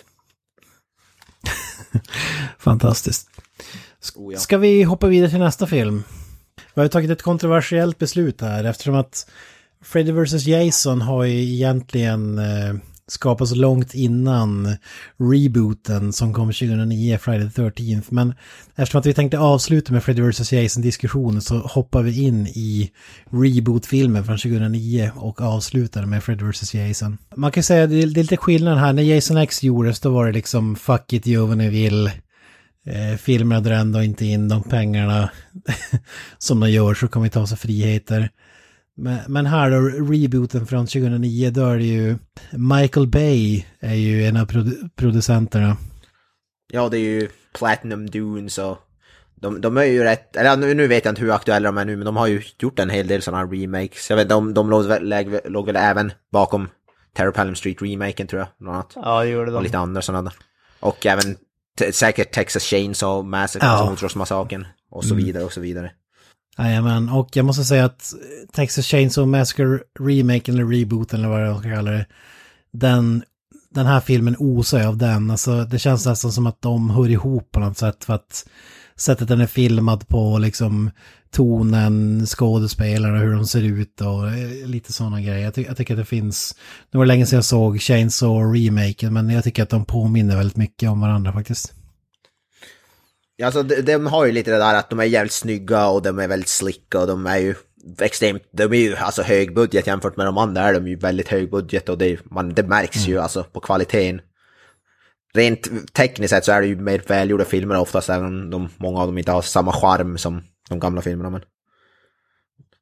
Fantastiskt. Ska vi hoppa vidare till nästa film? Vi har ju tagit ett kontroversiellt beslut här eftersom att Freddy vs. Jason har ju egentligen skapats långt innan rebooten som kom 2009, Friday the 13th. Men eftersom att vi tänkte avsluta med Freddy vs. Jason-diskussionen så hoppar vi in i reboot-filmen från 2009 och avslutar med Freddy vs. Jason. Man kan säga att det är lite skillnad här. När Jason X gjordes då var det liksom fuck it, gör vad ni vill. Filmerna drar ändå inte in de pengarna som de gör, så kan vi ta sig friheter. Men här då, rebooten från 2009, då är det ju Michael Bay är ju en av producenterna. Ja, det är ju Platinum Dunes och de är ju rätt, eller nu vet jag inte hur aktuella de är nu, men de har ju gjort en hel del sådana remakes. Jag vet, de låg väl även bakom Terror på Elm Street-remaken tror jag. Något annat. Ja, det gjorde de. Och lite andra sådana. Och även säkert Texas Chainsaw Massacre, alltså Motorsågsmassakern och så vidare och så vidare. Jajamän, och jag måste säga att Texas Chainsaw Massacre remaken eller rebooten eller vad jag ska kalla det, den här filmen osar av den. Alltså det känns nästan som att de hör ihop på något sätt, för att sättet den är filmad på, liksom tonen, skådespelarna, hur de ser ut och lite sådana grejer. Jag tycker att det finns, det var länge sedan jag såg Chainsaw remaken, men jag tycker att de påminner väldigt mycket om varandra faktiskt. Ja, alltså de har ju lite det där att de är jävligt snygga och de är väldigt slicka och de är ju extremt, de är ju alltså högbudget jämfört med de andra, är de ju väldigt högbudget och det märks ju alltså på kvaliteten. Rent tekniskt sett så är det ju mer välgjorda filmer oftast, även om många av dem inte har samma charm som de gamla filmerna. Men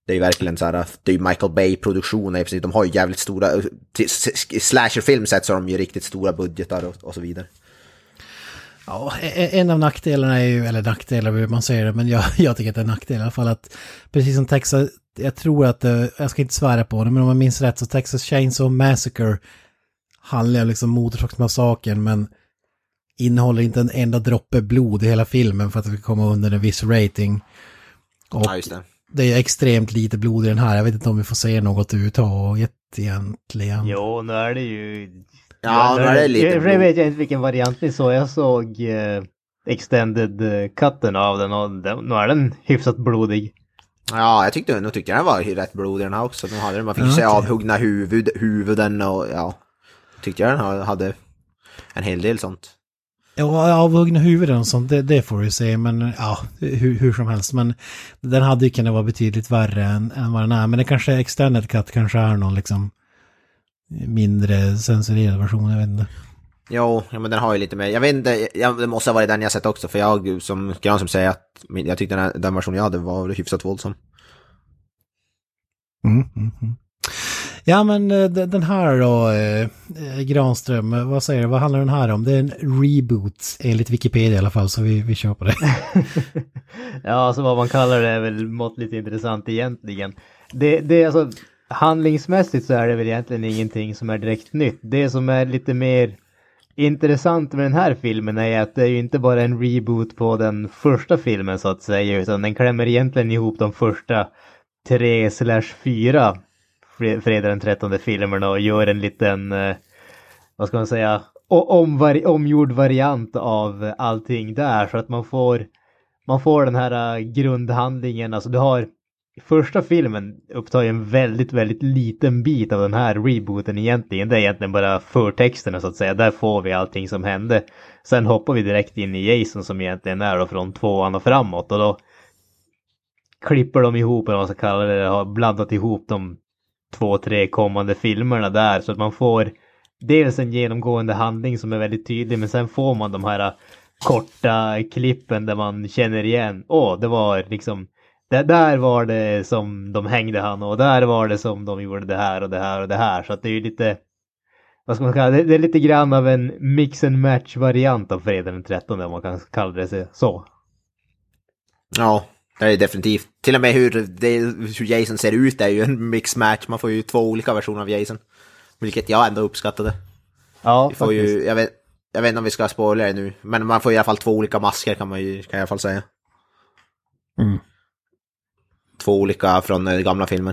Det är ju verkligen så här, det är ju Michael Bay-produktioner, precis, de har ju jävligt stora, slasherfilm sett så har de ju riktigt stora budgetar och så vidare. Ja, en av nackdelarna är ju, eller nackdelar hur man säger det, men jag tycker att det är en nackdel i alla fall att precis som Texas, jag tror att, jag ska inte svära på det, men om man minns rätt så Texas Chainsaw Massacre handlar liksom motorsågsmassakern, men innehåller inte en enda droppe blod i hela filmen för att det ska komma under en viss rating. Och ja, just det. Det är extremt lite blod i den här. Jag vet inte om vi får se något uttaget egentligen. Jo, nu är det ju... Ja, nu är det lite blod. Jag vet inte vilken variant ni såg. Jag såg extended cutten av den och nu är den hyfsat blodig. Ja, jag tyckte den var rätt blodig den här också. Man fick se avhuggna huvuden och ja. Tyckte jag den hade en hel del sånt. Ja, avhuggna huvuden och sånt, det får du se, men ja, hur som helst. Men den hade ju kunnat vara betydligt värre än vad den är. Men det kanske är extended cut, kanske är någon liksom mindre censurerad version, jag vet inte. Jo, ja, men den har ju lite mer, jag vet inte, det måste ha varit den jag sett också, för jag som Granström säger att jag tyckte den versionen jag hade var hyfsat våldsam. Ja, men den här då, Granström, vad säger du, vad handlar den här om? Det är en reboot, enligt Wikipedia i alla fall, så vi kör på det. Ja, alltså vad man kallar det är väl måttligt intressant egentligen. Det är alltså, handlingsmässigt så är det väl egentligen ingenting som är direkt nytt. Det som är lite mer intressant med den här filmen är att det är ju inte bara en reboot på den första filmen så att säga, utan den klämmer egentligen ihop de första 3/4 fredag den 13:e filmerna och gör en liten, vad ska man säga, omgjord variant av allting där, så att man får den här grundhandlingen. Alltså du har, första filmen upptar ju en väldigt, väldigt liten bit av den här rebooten egentligen. Det är egentligen bara förtexterna så att säga. Där får vi allting som hände. Sen hoppar vi direkt in i Jason som egentligen är då från 2:an och framåt. Och då klipper de ihop, eller vad man ska kalla det, har blandat ihop de 2-3 kommande filmerna där. Så att man får dels en genomgående handling som är väldigt tydlig, men sen får man de här korta klippen där man känner igen. Det var liksom... Där var det som de hängde han och där var det som de gjorde det här och det här och det här. Så att det är ju lite, vad ska man kalla det? Det är lite grann av en mix and match variant av fredag den 13:e, om man kan kalla det så. Ja, det är definitivt. Till och med hur Jason ser ut är ju en mix match. Man får ju 2 olika versioner av Jason. Vilket jag ändå uppskattade. Ja, får ju, jag vet inte om vi ska spoila det nu. Men man får i alla fall 2 olika masker kan jag i alla fall säga. 2 olika från den gamla filmen.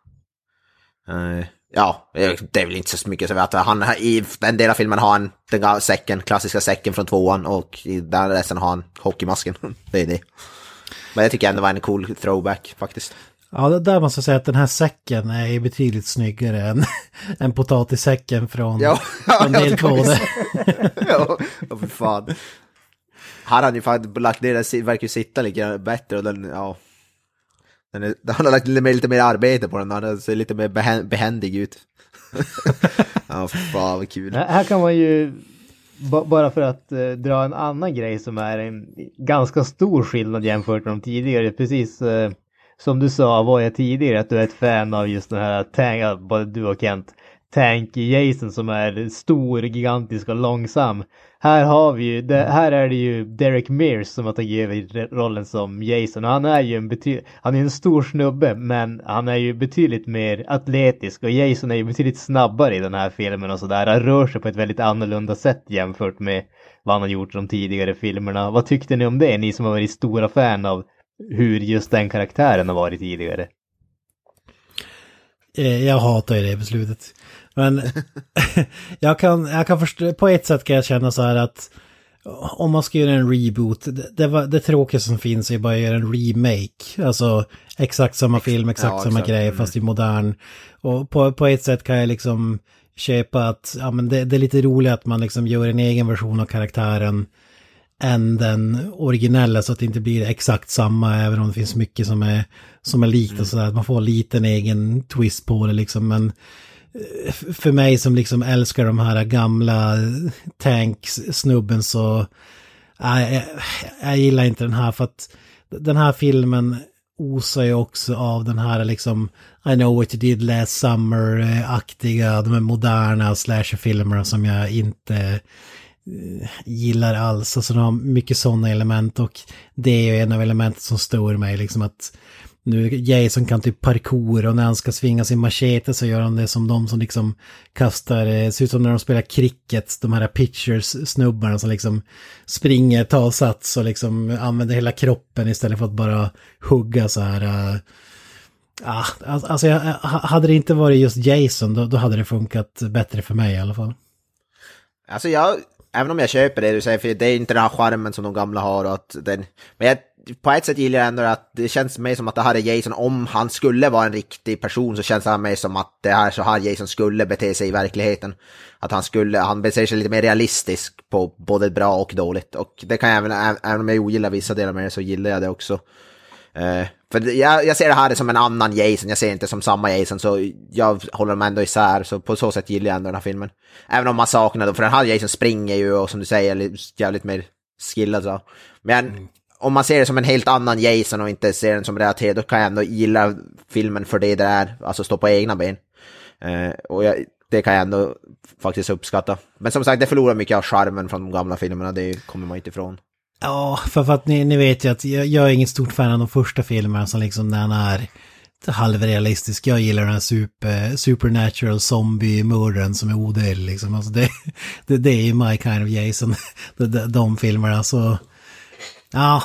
Ja, det är väl inte så mycket så att han i den delen av filmen har han den klassiska säcken från 2:an och i den resten har han hockeymasken. Det är det. Men jag tycker ändå var en cool throwback faktiskt. Ja, det där måste jag säga att den här säcken är betydligt snyggare än potatissäcken från del 2. Ja, för fan. Här har han ju faktiskt lagt ner, den verkar ju sitta lite bättre och den, ja. Han har lagt lite mer arbete på den. Han ser lite mer behändig ut. Ja, fan vad kul. Här kan man ju, bara för att dra en annan grej som är en ganska stor skillnad jämfört med de tidigare. Precis som du sa, var jag tidigare, att du är ett fan av just den här både du och Kent, Tank Jason som är stor, gigantisk och långsam. Här har vi ju, här är det ju Derek Mears som har tagit över rollen som Jason. Och han är ju en stor snubbe, men han är ju betydligt mer atletisk. Och Jason är ju betydligt snabbare i den här filmen och sådär. Han rör sig på ett väldigt annorlunda sätt jämfört med vad han har gjort i de tidigare filmerna. Vad tyckte ni om det, ni som har varit stora fan av hur just den karaktären har varit tidigare? Jag hatar ju det beslutet. Men jag kan förstå, på ett sätt kan jag känna så här att om man ska göra en reboot, det tråkigaste som finns är bara att göra en remake. Alltså exakt samma film, exakt samma grej fast i modern. Och på ett sätt kan jag liksom köpa att ja, men det är lite roligt att man liksom gör en egen version av karaktären än den originella, så att det inte blir exakt samma, även om det finns mycket som är likt och sådär. Man får lite en egen twist på det liksom, men för mig som liksom älskar de här gamla Tanks-snubben så jag gillar inte den här, för att den här filmen osar ju också av den här liksom I know what you did last summer-aktiga, de här moderna slasherfilmerna som jag inte gillar alls. Alltså de har mycket sådana element, och det är ju en av elementen som stör mig liksom, att nu Jason kan typ parkour, och när han ska svinga sin machete så gör han det som de som liksom kastar, ser ut som när de spelar cricket, de här pitchers-snubbarna som liksom springer, tar sats och liksom använder hela kroppen istället för att bara hugga så här. Alltså hade det inte varit just Jason då hade det funkat bättre för mig i alla fall. Alltså även om jag köper det du säger, för det är inte den här charmen som de gamla har, och att den, men jag på ett sätt gillar jag ändå att det känns mer som att det här är Jason, om han skulle vara en riktig person så känns det mer som att det här så här Jason skulle bete sig i verkligheten. Att han beter sig lite mer realistisk på både bra och dåligt, och det kan jag även om jag ogillar vissa delar med det så gillar jag det också. För jag ser det här som en annan Jason, jag ser inte som samma Jason, så jag håller dem ändå isär, så på så sätt gillar jag ändå den här filmen. Även om man saknar det, för den här Jason springer ju och som du säger jävligt mer skillad så. Men om man ser det som en helt annan Jason och inte ser den som relaterad, då kan jag ändå gilla filmen för det är, alltså stå på egna ben. Och det kan jag ändå faktiskt uppskatta. Men som sagt, det förlorar mycket av charmen från de gamla filmerna, det kommer man inte ifrån. Ja, för att ni vet ju att jag är ingen stort fan av de första filmerna som liksom när han är halvrealistisk. Jag gillar den här supernatural zombie-mördaren som är odödlig liksom. Alltså det är ju my kind of Jason, de filmerna, så ja.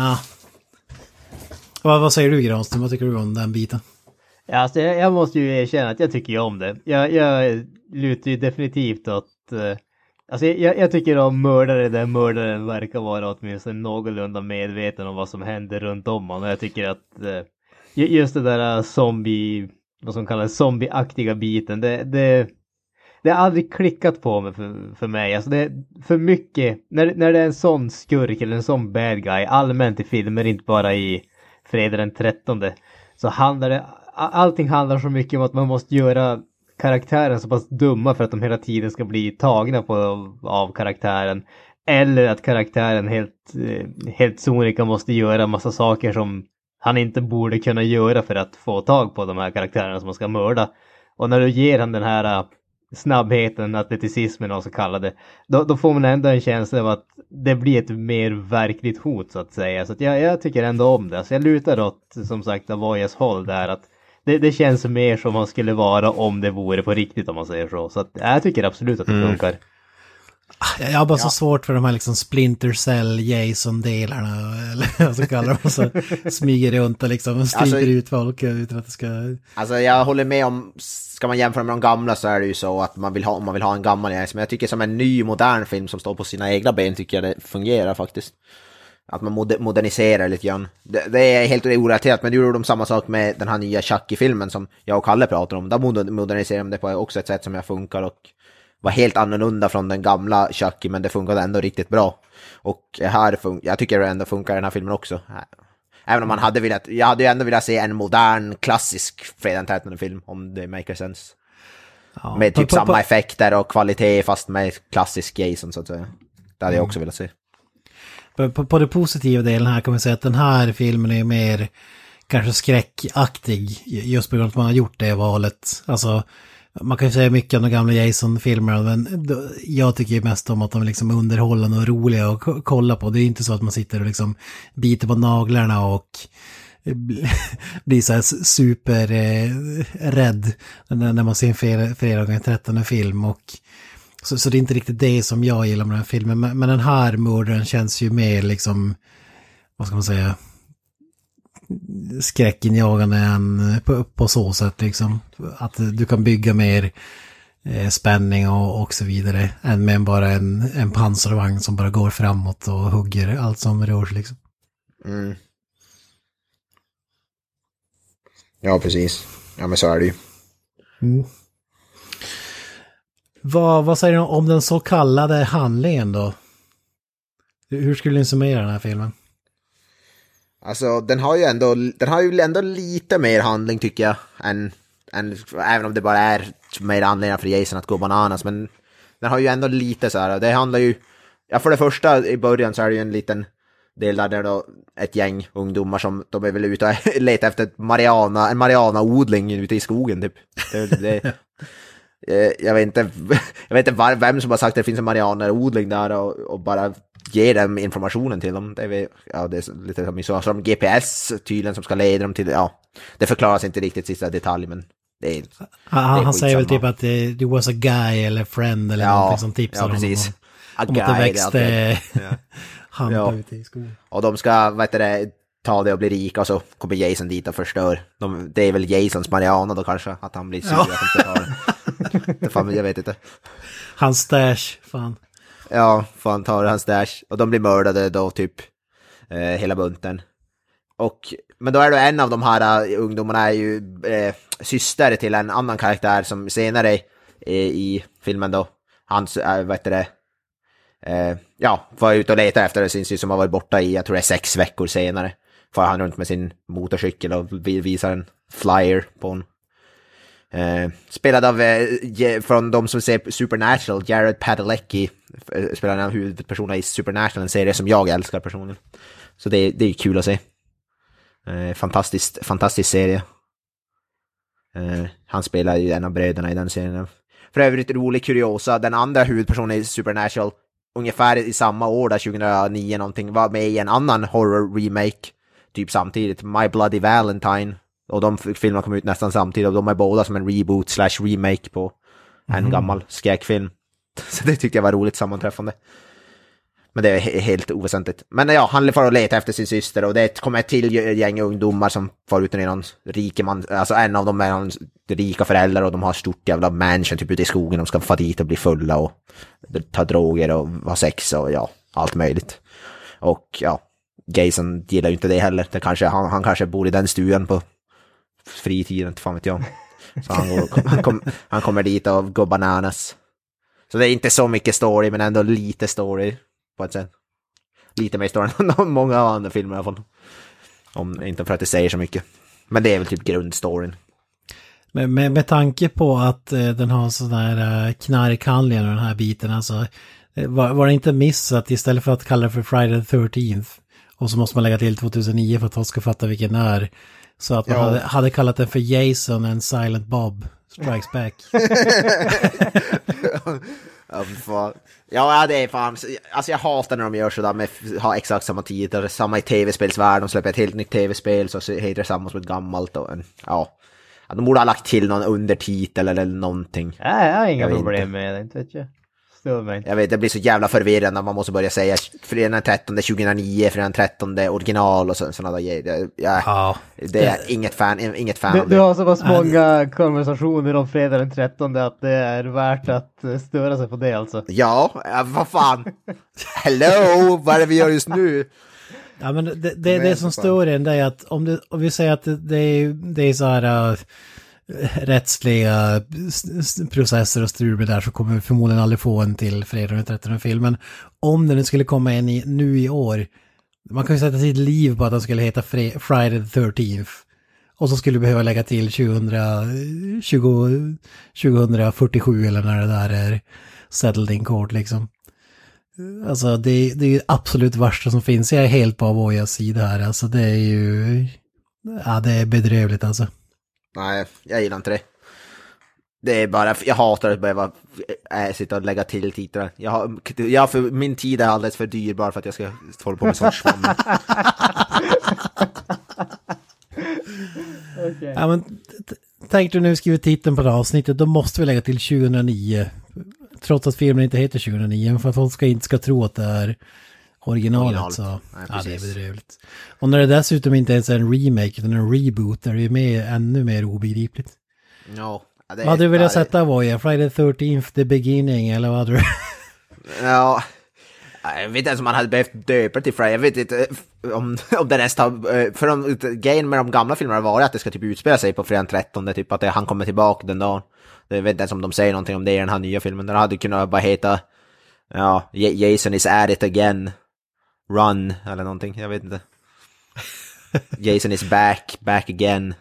Vad säger du, Granström? Vad tycker du om den biten? Ja, alltså, jag måste ju erkänna att jag tycker om det. Jag lutar ju definitivt åt... Alltså jag tycker om mördare där mördaren verkar vara åtminstone någorlunda medveten om vad som händer runt om honom. Jag tycker att just det där zombie... vad som kallas zombieaktiga biten, det har aldrig klickat på mig för mig. Alltså det är för mycket, när det är en sån skurk eller en sån bad guy, allmänt i filmer, inte bara i Fredag den 13, så allting handlar så mycket om att man måste göra karaktären så pass dumma för att de hela tiden ska bli tagna av karaktären. Eller att karaktären helt sonika måste göra massa saker som han inte borde kunna göra för att få tag på de här karaktärerna som man ska mörda. Och när du ger han den här snabbheten, atleticismen och så kallade, då får man ändå en känsla av att det blir ett mer verkligt hot så att säga. Så att jag tycker ändå om det. Så jag lutar åt, som sagt, Avoyas håll där, att det känns mer som man skulle vara om det vore på riktigt, om man säger så. Så att jag tycker absolut att det funkar. Jag har bara så svårt för de här liksom Splinter Cell Jason-delarna, eller vad så kallar de, så smyger runt och liksom stryper ut folk utan att det ska... Alltså jag håller med om, ska man jämföra med de gamla så är det ju så att om man vill ha en gammal Jason, men jag tycker som en ny modern film som står på sina egna ben tycker jag det fungerar faktiskt. Att man moderniserar lite grann. Det är helt orelaterat, men du gjorde de samma sak med den här nya Chucky-filmen som jag och Kalle pratar om. Där moderniserar de det på också ett sätt som jag funkar och var helt annorlunda från den gamla Chucky, men det funkade ändå riktigt bra. Och här jag tycker det ändå funkar i den här filmen också. Även om jag hade ju ändå velat se en modern, klassisk Fredag den 13-film, om det makes sense. Ja, med typ samma effekter och kvalitet fast med klassisk Jason så att säga. Det hade jag också velat se. På det positiva delen här kan man säga att den här filmen är mer kanske skräckaktig just på grund av att man har gjort det valet. Alltså man kan ju säga mycket om de gamla Jason-filmerna, men jag tycker ju mest om att de är liksom underhållande och roliga att kolla på. Det är inte så att man sitter och liksom biter på naglarna och blir så här superrädd när man ser en Fredag den 13 film. Och så det är inte riktigt det som jag gillar med den här filmen. Men den här mördaren känns ju mer liksom, vad ska man säga, skräckinjagande än på så sätt liksom. Att du kan bygga mer spänning och så vidare än med bara en pansarvagn som bara går framåt och hugger allt som rör sig liksom. Mm. Ja, precis. Ja, men så är det ju. Mm. Vad säger du om den så kallade handlingen då? Hur skulle du summera den här filmen? Alltså, den har ju ändå lite mer handling tycker jag än även om det bara är mer anledningar för Jason att gå bananas, men den har ju ändå lite så här, det handlar ju, ja, för det första i början så är det ju en liten del där det är då ett gäng ungdomar som de är väl ute och letar efter en marijuana-odling ute i skogen typ. Jag vet inte vem som har sagt att det finns en marijuana-odling där och bara ger dem informationen till dem. Det är lite som GPS tydligen som ska leda dem till, det förklaras inte riktigt sista detalj, men det är han säger väl typ att det was a guy eller friend eller någonting som tipsar om att det växte hand ute i skogen. Och de ska, ta det och bli rika och så kommer Jason dit och förstör. Det är väl Jasons marijuana då kanske, att han blir sur att de ska ta det. Fan, jag vet inte. Hans stash, fan. Ja, fan tar hans stash. Och de blir mördade då typ hela bunten. Men då är det en av de här ungdomarna är ju syster till en annan karaktär som senare i filmen då, hans, var ute och leta efter sin syster som har varit borta i, jag tror det är 6 veckor senare. Far han runt med sin motorcykel och visar en flyer på en. Spelad av, från de som ser Supernatural, Jared Padalecki spelar en av huvudpersonerna i Supernatural, en serie som jag älskar personligen. Så det är kul att se. Fantastisk serie. Han spelar ju en av bröderna i den serien. För övrigt rolig kuriosa, den andra huvudpersonen i Supernatural ungefär i samma år där 2009 någonting var med i en annan horror remake typ samtidigt, My Bloody Valentine, och de filmerna kom ut nästan samtidigt och de är båda som en reboot/remake på en gammal skräckfilm. Så det tyckte jag var roligt sammanträffande. Men det är helt oväsentligt. Men ja, han får leta efter sin syster och det kommer ett till gäng ungdomar som får ut i någon rike man, alltså en av dem är någon rika föräldrar och de har stort jävla mansion typ ute i skogen, de ska få dit och bli fulla och ta droger och ha sex och allt möjligt. Och Jason gillar ju inte det heller. Det kanske, han kanske bor i den stugan på fritiden, inte fan vet jag. Så han kommer dit och går bananas. Så det är inte så mycket story, men ändå lite story på ett sätt. Lite mer story än många andra filmer i alla fall. Inte för att det säger så mycket. Men det är väl typ grundstoryn. Men med tanke på att den har sån här knarkhandlingar och den här biten, alltså var det inte miss att istället för att kalla det för Friday the 13th och så måste man lägga till 2009 för att folk ska fatta vilken det är, så att man hade kallat den för Jason and Silent Bob Strikes Back. Ja, det är fan. Alltså jag hatar när de gör sådär med ha exakt samma tider, samma i tv-spelsvärlden, de släpper ett helt nytt tv-spel så heter det samma som ett gammalt och de borde ha lagt till någon undertitel eller någonting. Nej, jag har inga problem med det, inte vet jag. Jag vet, det blir så jävla förvirrande när man måste börja säga fredag den 13, 2009, fredag den 13 original och sådana där grejer. Det är inget fan av det. Du har så pass många konversationer om fredag den 13 att det är värt att störa sig på det alltså. Ja, vad fan. Hello, vad är det vi gör just nu? Ja, men det som står i den är att om vi säger att det är så här rättsliga processer och strul med där, så kommer vi förmodligen aldrig få en till fredag den 13 filmen. Om den skulle komma en nu i år, man kan ju sätta sitt liv på att den skulle heta Friday the 13th och så skulle vi behöva lägga till 2047 eller när det där är settled in court liksom. Alltså det är ju absolut värsta som finns. Jag är helt på Avoyas sida här. Alltså det är ju, det är bedrövligt alltså. Nej, jag gillar inte det. Det är bara, jag hatar att behöva sitta och lägga till titlar. För min tid är alldeles för dyrbar för att jag ska hålla på med sorts. Okay. Ja, men tänk du nu skriver titeln på det avsnittet, då måste vi lägga till 2009. Trots att filmen inte heter 2009, för att folk inte ska tro att det är originalet. Så det är bedrövligt. Och när det dessutom inte ens är en remake utan en reboot, är det ju ännu mer obegripligt. Vad hade du velat sätta Voya? Friday the 13th, The Beginning, eller vad hade du? Ja, jag vet inte ens om man hade behövt döpa till Friday. Jag vet inte om det nästan, för grejen med de gamla filmerna var att det ska typ utspela sig på fredag 13, typ att han kommer tillbaka den dagen. Jag vet inte ens om de säger någonting om det i den här nya filmen. Den hade kunnat bara heta Jason is at it again, run eller någonting, jag vet inte. Jason is back again.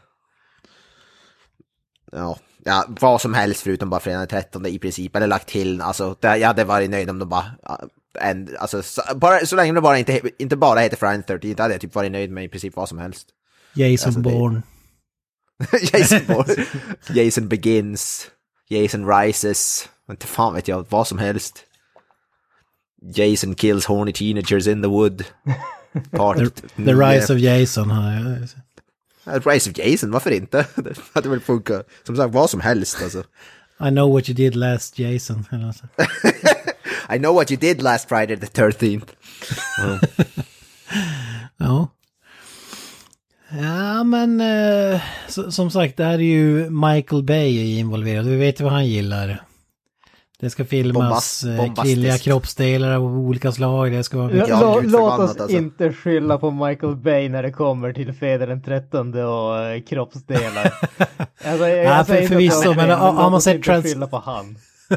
Ja, vad som helst förutom bara fredag 13 i princip, eller lagt till, alltså jag hade varit nöjd om de bara Alltså, bara, så länge det bara inte bara heter Friday the 13th, hade jag typ varit nöjd med i princip vad som helst. Jason alltså, Bourne. Jason Bourne. Jason Begins. Jason Rises. Inte fan vet jag, vad som helst. Jason kills horny teenagers in the wood. The Rise of Jason. Rise of Jason, varför inte? Det hade väl funkat. Som sagt, vad som helst alltså. I know what you did last Jason. I know what you did last Friday the 13th. Ja. Ja, men som sagt, det här är ju Michael Bay involverad. Vi vet ju vad han gillar. Det ska filmas kvinnliga kroppsdelar av olika slag. Det ska vara... Låt oss inte skylla på Michael Bay när det kommer till Fredag den 13 och kroppsdelar. Alltså, jag förvisso, men har man sett skylla på han.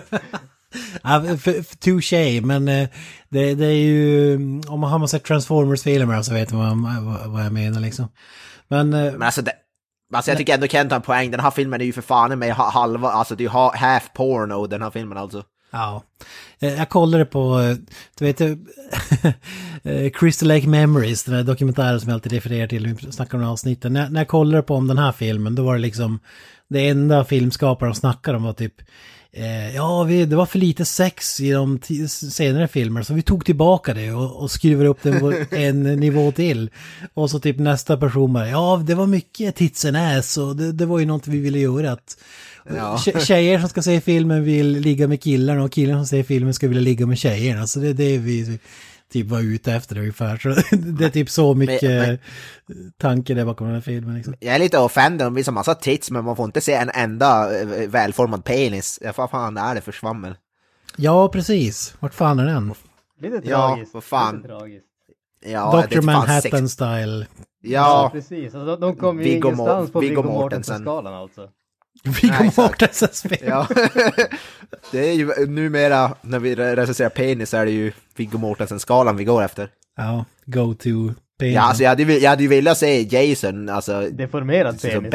Touché, men det är ju, om man har sett Transformers-filmer så vet man vad jag menar liksom. Men alltså jag tycker ändå Kent har en poäng. Den här filmen är ju för fan med halva, alltså det är ju half porno den här filmen alltså. Ja, jag kollade på, du vet, Crystal Lake Memories, den här dokumentären som jag alltid refererar till, vi snackar om avsnitten. När jag kollade på om den här filmen, då var det liksom, det enda filmskapare de snackade om var typ, det var för lite sex i de senare filmer, så vi tog tillbaka det och skruvade upp den en nivå till. Och så typ nästa person bara, det var mycket tits and ass, och det var ju något vi ville göra, att tjejer som ska se filmen vill ligga med killarna, och killarna som ser filmen ska vilja ligga med tjejerna. Så det är vi typ var ute efter det ungefär. Så det är typ så mycket tanke där bakom den här filmen liksom. Jag är lite offended om vi som massa tits, men man får inte se en enda välformad penis. Vad fan är det för svammel? Ja, precis. Vart fan är den? Lite tragiskt. Ja, vad fan. Lite tragiskt. Ja, Dr. Manhattan-style. Ja, precis. Alltså, de kom ju ingenstans på Viggo Mortensen-skalan alltså. Viggo Mortensens film. Ja, det är ju numera, när vi recenserar penis, så är det ju Viggo Mortensen-skalan vi går efter. Ja, go to penis. Ja, alltså jag hade ju velat se Jason, alltså... Deformerad penis.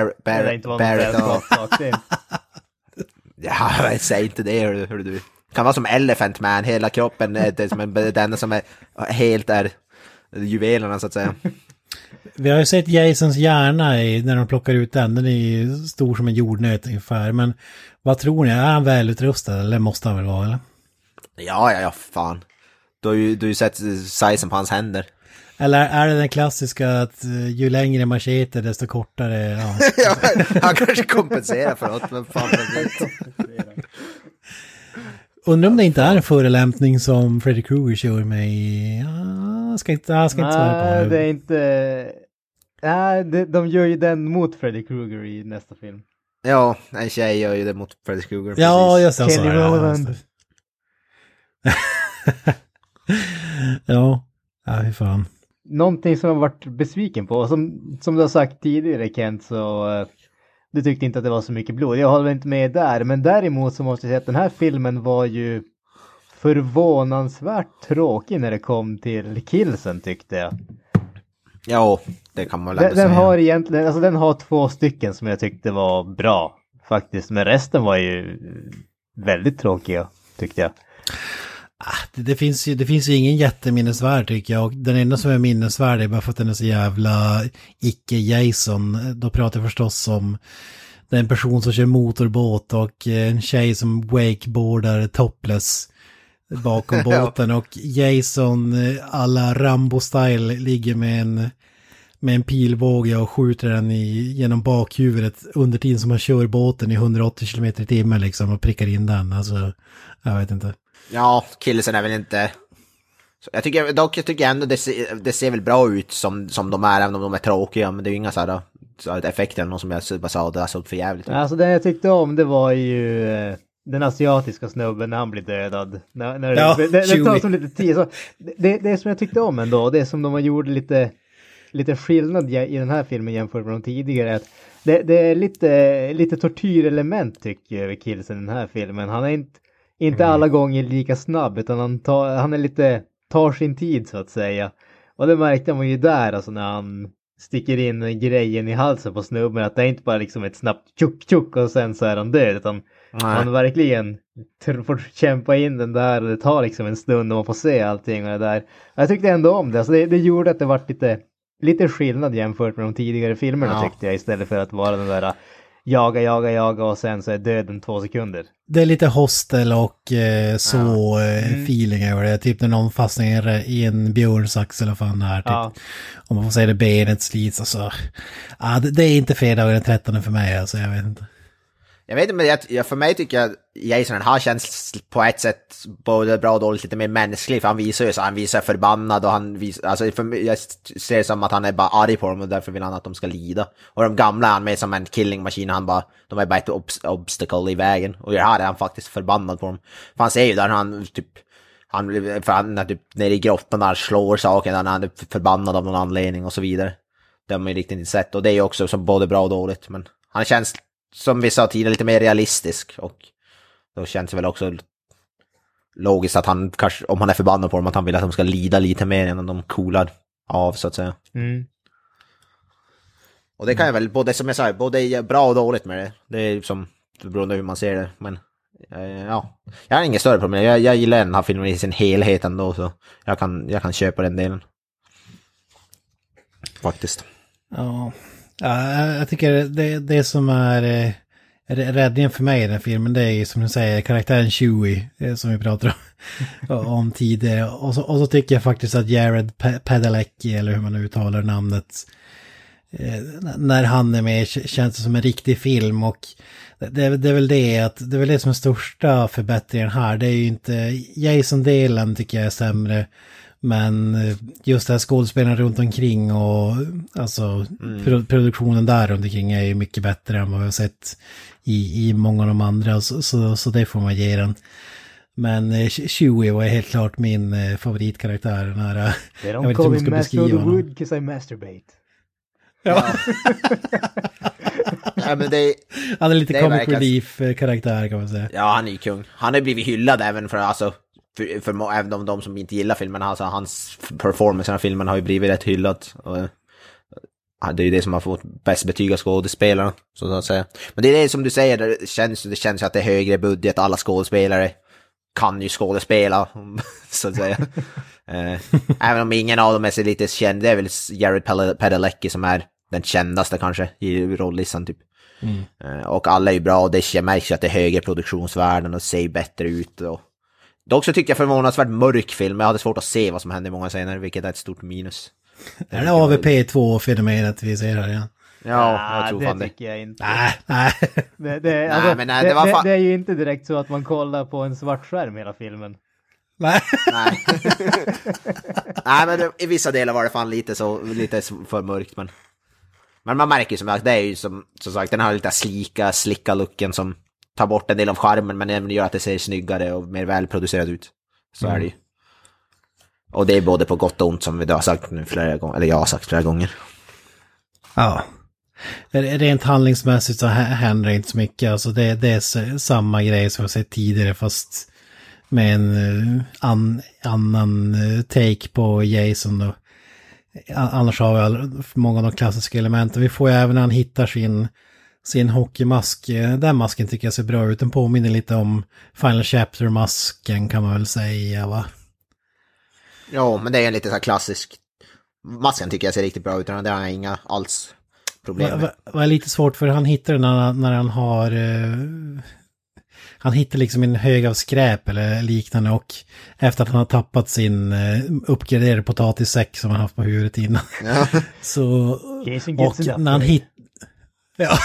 Ja, säg inte det, hör du. Kan vara som Elephant Man, hela kroppen, det som den som är helt är juvelerna så att säga. Vi har ju sett Jasons hjärna när de plockar ut den är ju stor som en jordnöt ungefär. Men vad tror ni? Är han välutrustad eller måste han väl vara, eller? Ja, fan. Du har ju sett sizen på hans händer. Eller är det den klassiska att ju längre machete desto kortare? Ja. Ja, han kanske kompenserar för något. Men fan undrar om det inte är en förelämpning som Freddy Krueger kör med i... Jag ska inte svara på det. Det är inte... Nej, de gör ju den mot Freddy Krueger i nästa film. Ja, en tjej gör ju det mot Freddy Krueger. Ja, just det. Kelly Rowland. Ja, hur fan. Någonting som jag varit besviken på, som du har sagt tidigare Kent, så du tyckte inte att det var så mycket blod. Jag håller inte med där, men däremot så måste jag säga att den här filmen var ju förvånansvärt tråkig när det kom till killsen, tyckte jag. Ja, det kan man väl ändå säga. Den har egentligen, alltså den har 2 stycken som jag tyckte var bra faktiskt, men resten var ju väldigt tråkiga, tyckte jag. Det finns ju ingen jätteminnesvärd tycker jag, och den enda som är minnesvärd är bara för att den är så jävla icke-Jason. Då pratar jag förstås om den person som kör motorbåt och en tjej som wakeboardar topless bakom båten och Jason alla Rambo-style ligger med en pilbåge och skjuter den genom bakhuvudet under tiden som man kör båten i 180 km i timmen liksom och prickar in den. Alltså, jag vet inte. Ja, killsen är väl inte... Jag tycker ändå det ser väl bra ut som de är, även om de är tråkiga, men det är ju inga så effekter eller någon som jag bara sa, det har sålt för jävligt. Alltså det jag tyckte om, det var ju den asiatiska snubben när han blir dödad. Det tar som lite tid. Så det som jag tyckte om ändå, det som de har gjort lite skillnad i den här filmen jämfört med de tidigare, att det är lite tortyrelement tycker jag vid killsen i den här filmen. Han är inte alla gånger lika snabb, utan han är lite, tar sin tid så att säga. Och det märkte man ju där, alltså när han sticker in grejen i halsen på snubben, att det är inte bara liksom ett snabbt tjuck och sen så är han död, utan han verkligen får kämpa in den där, det tar liksom en stund och man får se allting och det där. Jag tyckte ändå om det, alltså det gjorde att det var lite skillnad jämfört med de tidigare filmerna tyckte jag, istället för att vara den där jaga och sen så är döden 2 sekunder. Det är lite Hostel och feeling över det. Typ när någon fastnar i en björnsax eller vad fan det är. Typ. Om man får säga det, benet slits och så. Det är inte fredagen den 13 för mig, alltså jag vet inte. Jag vet inte, men för mig tycker jag Jason har känts på ett sätt både bra och dåligt lite mer mänsklig, för han visar förbannad och han visar, alltså jag ser det som att han är bara arg på dem och därför vill han att de ska lida. Och de gamla är han med som en killing-maskin, de är bara ett obstacle i vägen, och här är han faktiskt förbannad på dem. För han ser ju där han är typ nere i grottan där slår saker, där han är förbannad av någon anledning och så vidare. Det har man ju riktigt inte sett, och det är ju också som både bra och dåligt, men han känns, som vi sa tidigare, lite mer realistisk, och då känns det väl också logiskt att han kanske, om han är förbannad på dem, att han vill att de ska lida lite mer än de coolar av, så att säga. Och det kan jag väl, både som jag sa, både bra och dåligt med det. Det är som, beroende hur man ser det, men ja, jag har ingen större problem. Jag gillar den här filmen i sin helhet ändå, så jag kan köpa den delen. Faktiskt. Ja, jag tycker det som är räddningen för mig i den här filmen, det är ju som du säger karaktären Chewie som vi pratade om tidigare. Och så tycker jag faktiskt att Jared Padalecki, eller hur man uttalar namnet, när han är med känns det som en riktig film. Och det är väl det som är största förbättringen här. Det är ju inte Jason-delen tycker jag är sämre, men just det här skådespelaren runt omkring och alltså produktionen där runt omkring är ju mycket bättre än vad vi har sett i många av de andra, så det får man ge den. Men Chewie var helt klart min favoritkaraktär. Jag vet inte om jag ska beskriva honom. Wood 'cause I masturbate. Ja. Ja, men han är lite comic relief-karaktär kan man säga. Ja, han är ju kung. Han har blivit hyllad även för även de som inte gillar filmen, alltså hans performance i den här filmen har ju blivit rätt hyllad, och det är ju det som har fått bäst betyg av skådespelarna, så att säga. Men det är det som du säger, det känns att det är högre budget, alla skådespelare kan ju skådespela, så att säga. Även om ingen av dem är så lite känd, det är väl Jared Padalecki som är den kändaste kanske i rolllistan typ. Och alla är ju bra, och det märks ju att det är högre produktionsvärden och ser bättre ut. Och dock så tyckte jag förvånansvärt mörk film. Jag hade svårt att se vad som hände i många scener, vilket är ett stort minus. Är det AVP2-fenomenet vi ser här igen? Ja, jag tror det fan det. tycker jag inte. Nej. Det är ju inte direkt så att man kollar på en svart skärm hela filmen. Nej. Nej, men i vissa delar var det fan lite för mörkt, men man märker ju som att det är ju som sagt, den har lite slicka looken som tar bort en del av charmen, men även gör att det ser snyggare och mer välproducerat ut. Så är det ju. Och det är både på gott och ont, som vi har sagt nu flera gånger, eller jag har sagt flera gånger. Ja. Rent handlingsmässigt så händer det inte så mycket. Alltså det är samma grej som jag sett tidigare, fast med en annan take på Jason då. Annars har vi många av de klassiska elementen. Vi får ju även när han hittar sin hockeymask. Den masken tycker jag ser bra ut. Den påminner lite om Final Chapter-masken kan man väl säga, va? Ja, men det är en lite så här klassisk. Masken tycker jag ser riktigt bra ut. Det har jag inga alls problem med. Det var lite svårt, för han hittar den när han har... Han hittar liksom en hög av skräp eller liknande, och efter att han har tappat sin uppgraderade potatissäck som han haft på huvudet innan. Ja. Så... Och när han hittar... Ja.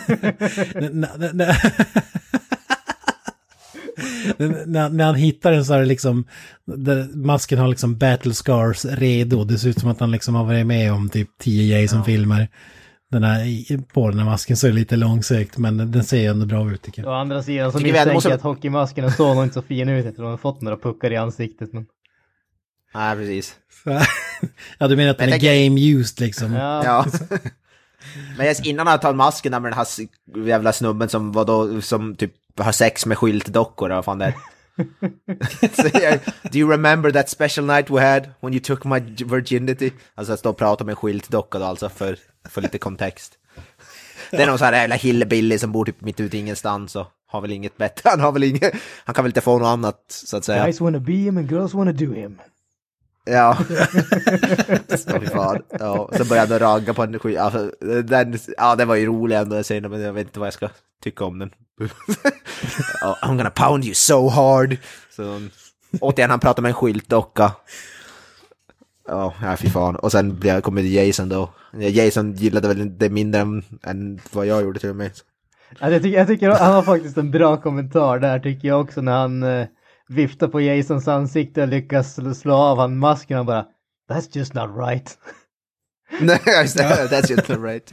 När han hittar den så är det liksom, masken har liksom battle scars redo. Det ser ut som att han liksom har varit med om typ 10 Jason-filmer. På den här masken så är det lite långsökt, men den ser ju ändå bra ut tycker jag. Å andra sidan så misstänker jag att hockeymasken såg nog inte så fin ut efter att de har fått några puckar i ansiktet. Men... Nej, precis. Ja, du menar att den är game used liksom. Ja. Men innan han tar masken med den här jävla snubben som typ har sex med skyltdockor, vad fan det är. Do you remember that special night we had when you took my virginity? Alltså att stå och prata med en skyltdocka då, alltså för lite kontext. Det är någon sån här jävla hillbilly som bor typ mitt ute ingenstans och har väl inget bättre. Han kan väl inte få något annat, så att säga. Guys wanna be him and girls wanna do him. Ja. Fan. Ja. Så började han ragga på en skit. Alltså, det var ju roligt ändå att säga, men jag vet inte vad jag ska tycka om den. I'm gonna pound you so hard. Så återigen, han pratar med en skyltdocka. Ja, fy fan. Och sen kommer Jason då. Jason gillade väl det mindre än vad jag gjorde till och med. Jag tycker han har faktiskt en bra kommentar där, tycker jag också, när han viftar på Jasons ansikte och lyckas slå av han masken och bara, that's just not right. Nej, that's just not right.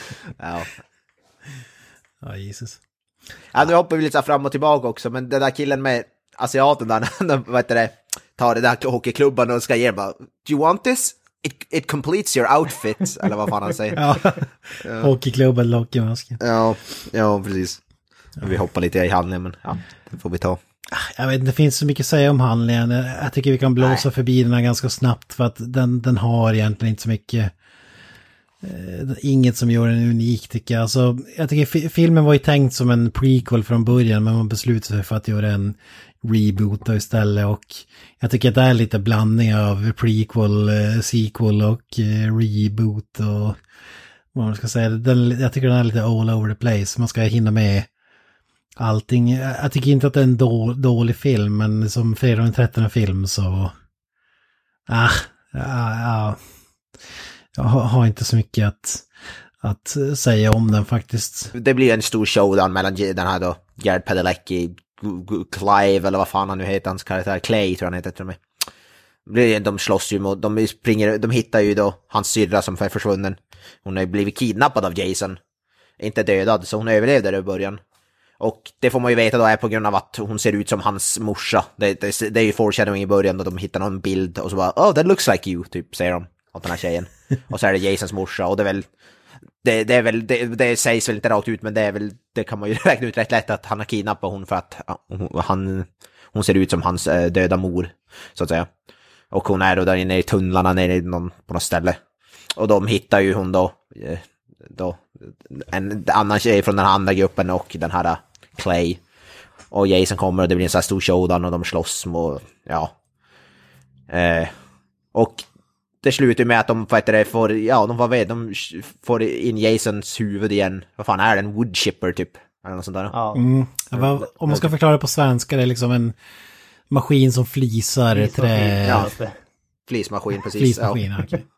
Ja, Jesus. Ja, nu hoppar vi lite fram och tillbaka också, men den där killen med asiaten där, vad heter det, tar det där hockeyklubban och ska ge bara, do you want this? It completes your outfit, eller vad fan han säger. Ja. Hockeyklubban, hockeymasken. Ja, precis. Vi hoppar lite i handlingen, men ja, det får vi ta. Jag vet inte, det finns så mycket att säga om handlingen. Jag tycker vi kan blåsa förbi den här ganska snabbt, för att den har egentligen inte så mycket, inget som gör den unik, tycker jag. Alltså, jag tycker filmen var ju tänkt som en prequel från början, men man beslutade sig för att göra en reboot istället, och jag tycker att det är lite blandning av prequel, sequel och reboot och vad man ska säga. Jag tycker den är lite all over the place. Man ska hinna med allting. Jag tycker inte att det är en dålig film, men som fredag den 13 film så jag har inte så mycket att säga om den faktiskt. Det blir en stor showdown mellan den här då Jared Padalecki, Clive, eller vad fan han nu heter, hans karaktär, Clay tror jag han heter till mig. De slåss ju mot, de hittar ju då hans syrra som är försvunnen. Hon har ju blivit kidnappad av Jason, inte dödad, så hon överlevde i början. Och det får man ju veta då är på grund av att hon ser ut som hans morsa. Det är ju foreshadowing i början, och de hittar någon bild och så bara, oh, that looks like you, typ, säger de åt den här tjejen. Och så är det Jasons morsa, och det sägs väl inte rakt ut, men det kan man ju räkna ut rätt lätt att han har kidnappat hon för att hon ser ut som hans döda mor, så att säga. Och hon är då där inne i tunnlarna nere på något ställe. Och de hittar ju hon då en annan tjej från den andra gruppen och den här Clay. Och Jason kommer och det blir en sån här stor showdown och de slåss och ja. Och det slutar med att de får in Jasons huvud igen. Vad fan är det? En woodchipper typ? Eller något sånt där. Ja. Om man ska förklara det på svenska, det är liksom en maskin som flisar trä. Ja, flismaskin, precis. Flismaskin, ja. Okay.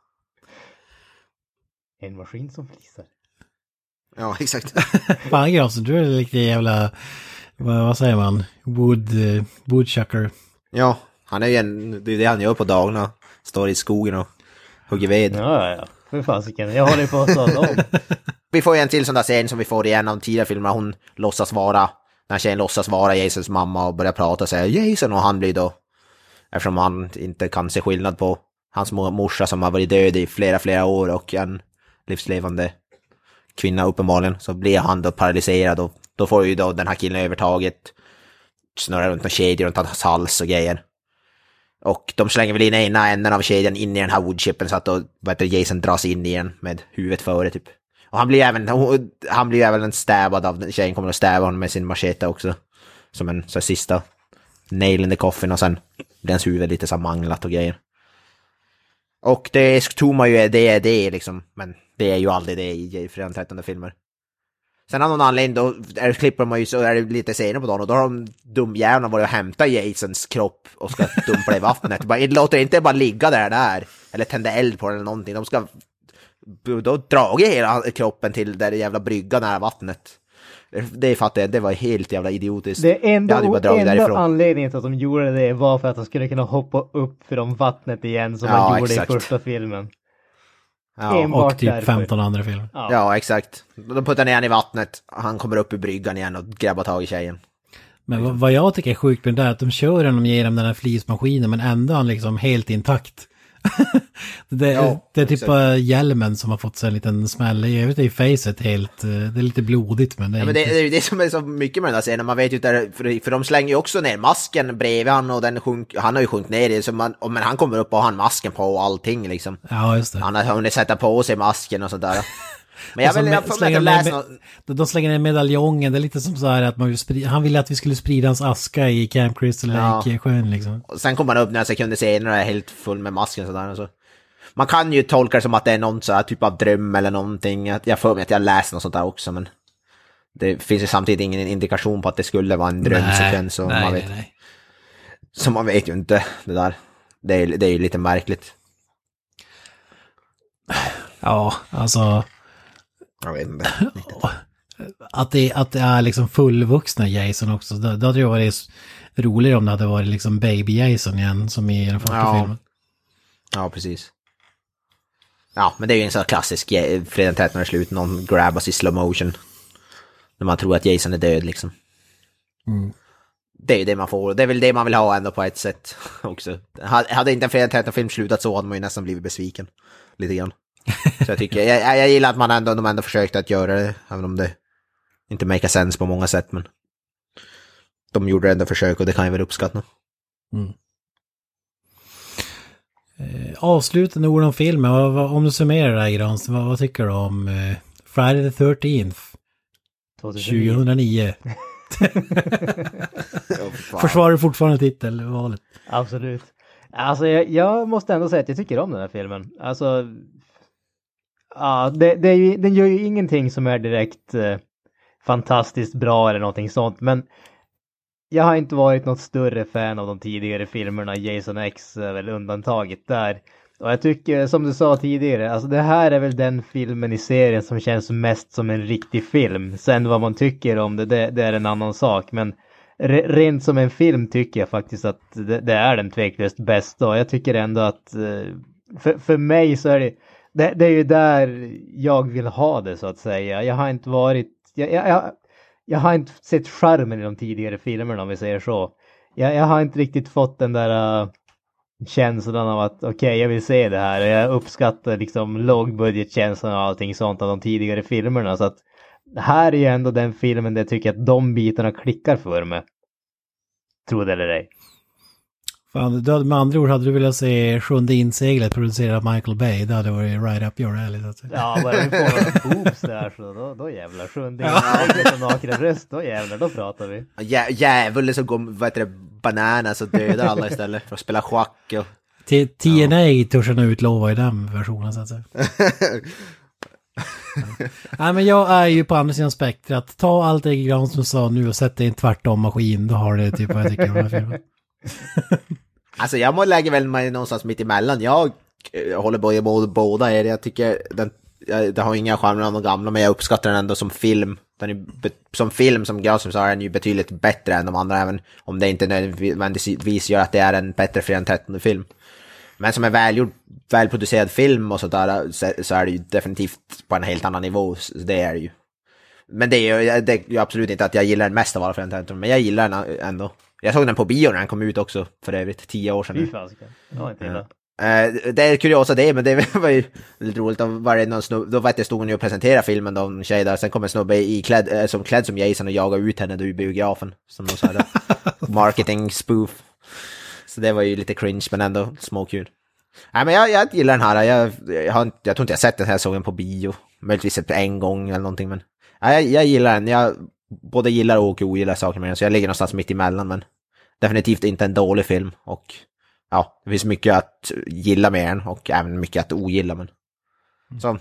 En maskin som flisar. Ja, exakt. Fan, Grafsen, du är lite jävla, vad säger man? Woodchucker. Ja, han är ju det är det han gör på dagarna. Står i skogen och hugger ved. Ja. För fasiken, jag håller på att säga om. Vi får ju en till sån där scen som vi får i en av de tidigare filmerna. Hon låtsas vara, den här tjejen låtsas vara Jasons mamma och börjar prata och säga Jason, och han blir då, eftersom han inte kan se skillnad på hans morsa som har varit död i flera år och en livslevande kvinna uppenbarligen, så blir han då paralyserad, och då får ju då den här killen övertaget, snurrar runt en kedja runt hans hals och grejer. Och de slänger väl in ena änden av kedjan in i den här woodchippen så att då Jason dras in i den med huvudet före typ. Och han blir även en stäbbad av tjejen, kommer att stäva honom med sin machete också. Som en så sista nail in the coffin, och sen blir hans huvud lite så manglat och grejer. Och det tog man ju det liksom, men det är ju aldrig det i fredag 13 filmer. Sen av någon anledning då klipper man ju, så är det lite senare på dagen, och då har de dumjävlarna varit och hämtat Jasons kropp och ska dumpa det i vattnet. Låter inte bara ligga där eller tända eld på den eller någonting. De ska då dra hela kroppen till där jävla bryggan nära vattnet. Det fattar jag, det var helt jävla idiotiskt. Det enda anledningen till att de gjorde det var för att de skulle kunna hoppa upp från vattnet igen som man gjorde i första filmen. Ja, och typ 15 andra filmer. Ja, exakt. De puttar ner han i vattnet, han kommer upp i bryggan igen och grabbar tag i tjejen. Men vad jag tycker är sjukt med det är att de kör honom genom den här flismaskinen, men ändå han liksom helt intakt. Det är typ bara hjälmen som har fått sig en liten smäll. Jag vet inte, i facet helt, det är lite blodigt, men det är men det är det som är så mycket med den här scenen. Man vet ju där, för de slänger ju också ner masken bredvid han, och han har ju sjunkit ner i, så men han kommer upp och har masken på och allting liksom. Ja, just det. Han har hunnit sätta på sig masken och sådär. Men jag de slänger ner medaljongen. Det är lite som så här att han ville att vi skulle sprida hans aska i Camp Crystal Lake-sjön liksom. Och sen kommer man upp några sekunder senare och är helt full med masken sådär. Så. Man kan ju tolka det som att det är någon så här typ av dröm eller någonting. Jag får mig att jag läst något sånt där också, men det finns ju samtidigt ingen indikation på att det skulle vara en drömsekvens. Nej. Så man vet ju inte det där. Det är ju lite märkligt. Ja, alltså... Jag vet inte. Att det är liksom fullvuxna Jason också. Då hade det varit roligare om det hade varit liksom Baby Jason igen, som i den första filmen. Ja, precis. Ja, men det är ju en sån klassisk Fredag den 13:e slut. Någon grabbas i slow motion. När man tror att Jason är död liksom. Mm. Det är ju det man får. Det är väl det man vill ha ändå på ett sätt också. Hade inte en Fredag den 13:e film slutat så hade man ju nästan blivit besviken. Lite grann. Så jag tycker, jag gillar att de ändå försökte att göra det. Även om det inte make sense på många sätt. Men de gjorde ändå försök och det kan jag väl uppskatta. Mm. Avslutande ord om filmen. Om du summerar det här, Grans, vad tycker du om Friday the 13th 2009? Försvarar du fortfarande titelvalet? Absolut. Alltså jag måste ändå säga att jag tycker om den här filmen. Alltså ja, den gör ju ingenting som är direkt fantastiskt bra eller någonting sånt, men jag har inte varit något större fan av de tidigare filmerna. Jason X är väl undantaget där. Och jag tycker, som du sa tidigare, alltså det här är väl den filmen i serien som känns mest som en riktig film. Sen vad man tycker om det är en annan sak. Men rent som en film tycker jag faktiskt att det är den tveklöst bästa. Och jag tycker ändå att för mig så är det är ju där jag vill ha det, så att säga. Jag har inte varit... Jag har inte sett charmen i de tidigare filmerna, om vi säger så. Jag har inte riktigt fått den där känslan av att okej, jag vill se det här. Jag uppskattar liksom lågbudgetkänslan och allting sånt av de tidigare filmerna. Så att här är ju ändå den filmen där jag tycker att de bitarna klickar för mig. Tro det eller ej. Fan, med andra ord hade du velat se Sjunde inseglet producerad av Michael Bay. Det hade varit right up your alley. Ja, bara vi får några boobs där så då jävlar. Sjunde inseglet och naken röst, då jävlar, då pratar vi. Jävlar som går, bananas och dödar alla istället för att spela schack. Och... TNA törs han utlova i den versionen, så att säga. Nej, men jag är ju på andra sidan spektrat. Ta allt det Granström sa nu och sätt det i en tvärtom maskin. Då har det typ vad jag tycker om den här filmen. Alltså jag må lägga väl mig någonstans mitt emellan. Jag håller båda er. Jag tycker det har inga charmer av de gamla, men jag uppskattar den ändå som film. Som film, som Granström sa, är den ju betydligt bättre än de andra, även om det inte nödvändigtvis gör att det är en bättre Fredag den 13:e film. Men som en välgjord, välproducerad film och sådär, så är det ju definitivt på en helt annan nivå. Det är det ju. Men det är ju absolut inte att jag gillar den mest av alla Fredag den 13:e, men jag gillar den ändå. Jag såg den på bio när den kom ut också, för övrigt, 10 år sedan. Fy fasiken. Ja, inte illa. Det är kuriosa det, men det var ju lite roligt. Då var det stod ni och presenterade filmen, de tjej där. Sen kom en snubbe klädd som Jason och jagade ut henne i biografen. Som någon sån här marketing spoof. Så det var ju lite cringe, men ändå småkul. Nej, men jag gillar den här. Jag tror inte jag sett den här sågen på bio. Möjligtvis en gång eller någonting, men jag gillar den. Jag både gillar och ogillar saker med den, så jag ligger någonstans mitt emellan, men definitivt inte en dålig film. Och ja, det finns mycket att gilla med den och även mycket att ogilla, men så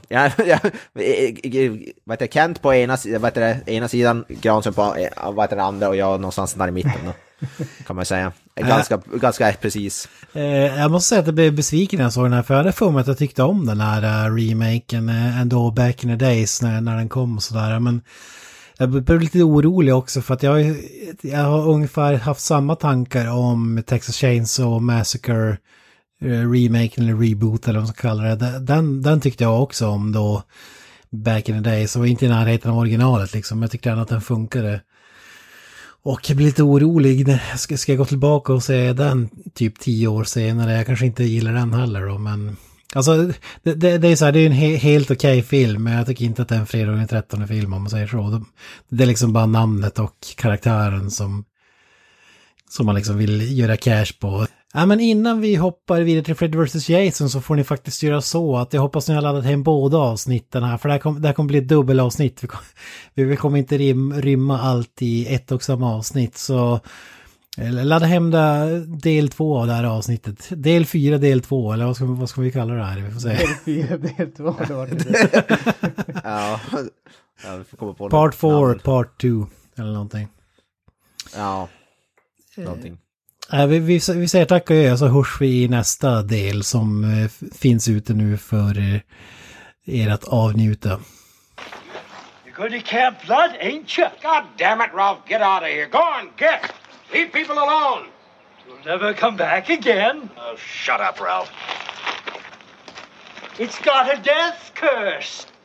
Kent på ena sidan, Granström på den andra och jag någonstans där i mitten då, kan man säga. Ganska precis. Jag måste säga att jag blev besviken när jag såg den här, för jag hade för mig att jag tyckte om den här remaken ändå back in the days när den kom och sådär, men jag blev lite orolig också för att jag har ungefär haft samma tankar om Texas Chainsaw Massacre remake eller reboot eller vad man ska kalla det. Den tyckte jag också om då back in the days, så inte i närheten av originalet liksom. Jag tyckte ändå att den funkade. Och jag blir lite orolig. Ska jag gå tillbaka och se den typ 10 år senare? Jag kanske inte gillar den heller då, men alltså det är så här, det är en helt okej film, men jag tycker inte att det är en Fredag den 13:e film, om man säger så. Det är liksom bara namnet och karaktären som man liksom vill göra cash på. Ja, men innan vi hoppar vidare till Freddy vs. Jason så får ni faktiskt göra så att jag hoppas ni har laddat hem båda avsnitten här. För det här kommer bli ett dubbelavsnitt. Vi kommer inte rymma allt i ett och samma avsnitt. Så ladda hem del 2 av det här avsnittet. Del 4, del 2. Eller vad ska vi kalla det här? Vi får säga. Del 4, del 2. Det var det. Ja, vi får komma på Part 4, part 2. Eller någonting. Ja, någonting. Vi säger tack och adjö, så hörs vi i nästa del som finns ute nu för er att avnjuta. You're going to Camp Blood, ain't you? God damn it, Ralph, get out of here. Go on, get! Leave people alone! You'll never come back again. Oh, shut up, Ralph. It's got a death curse.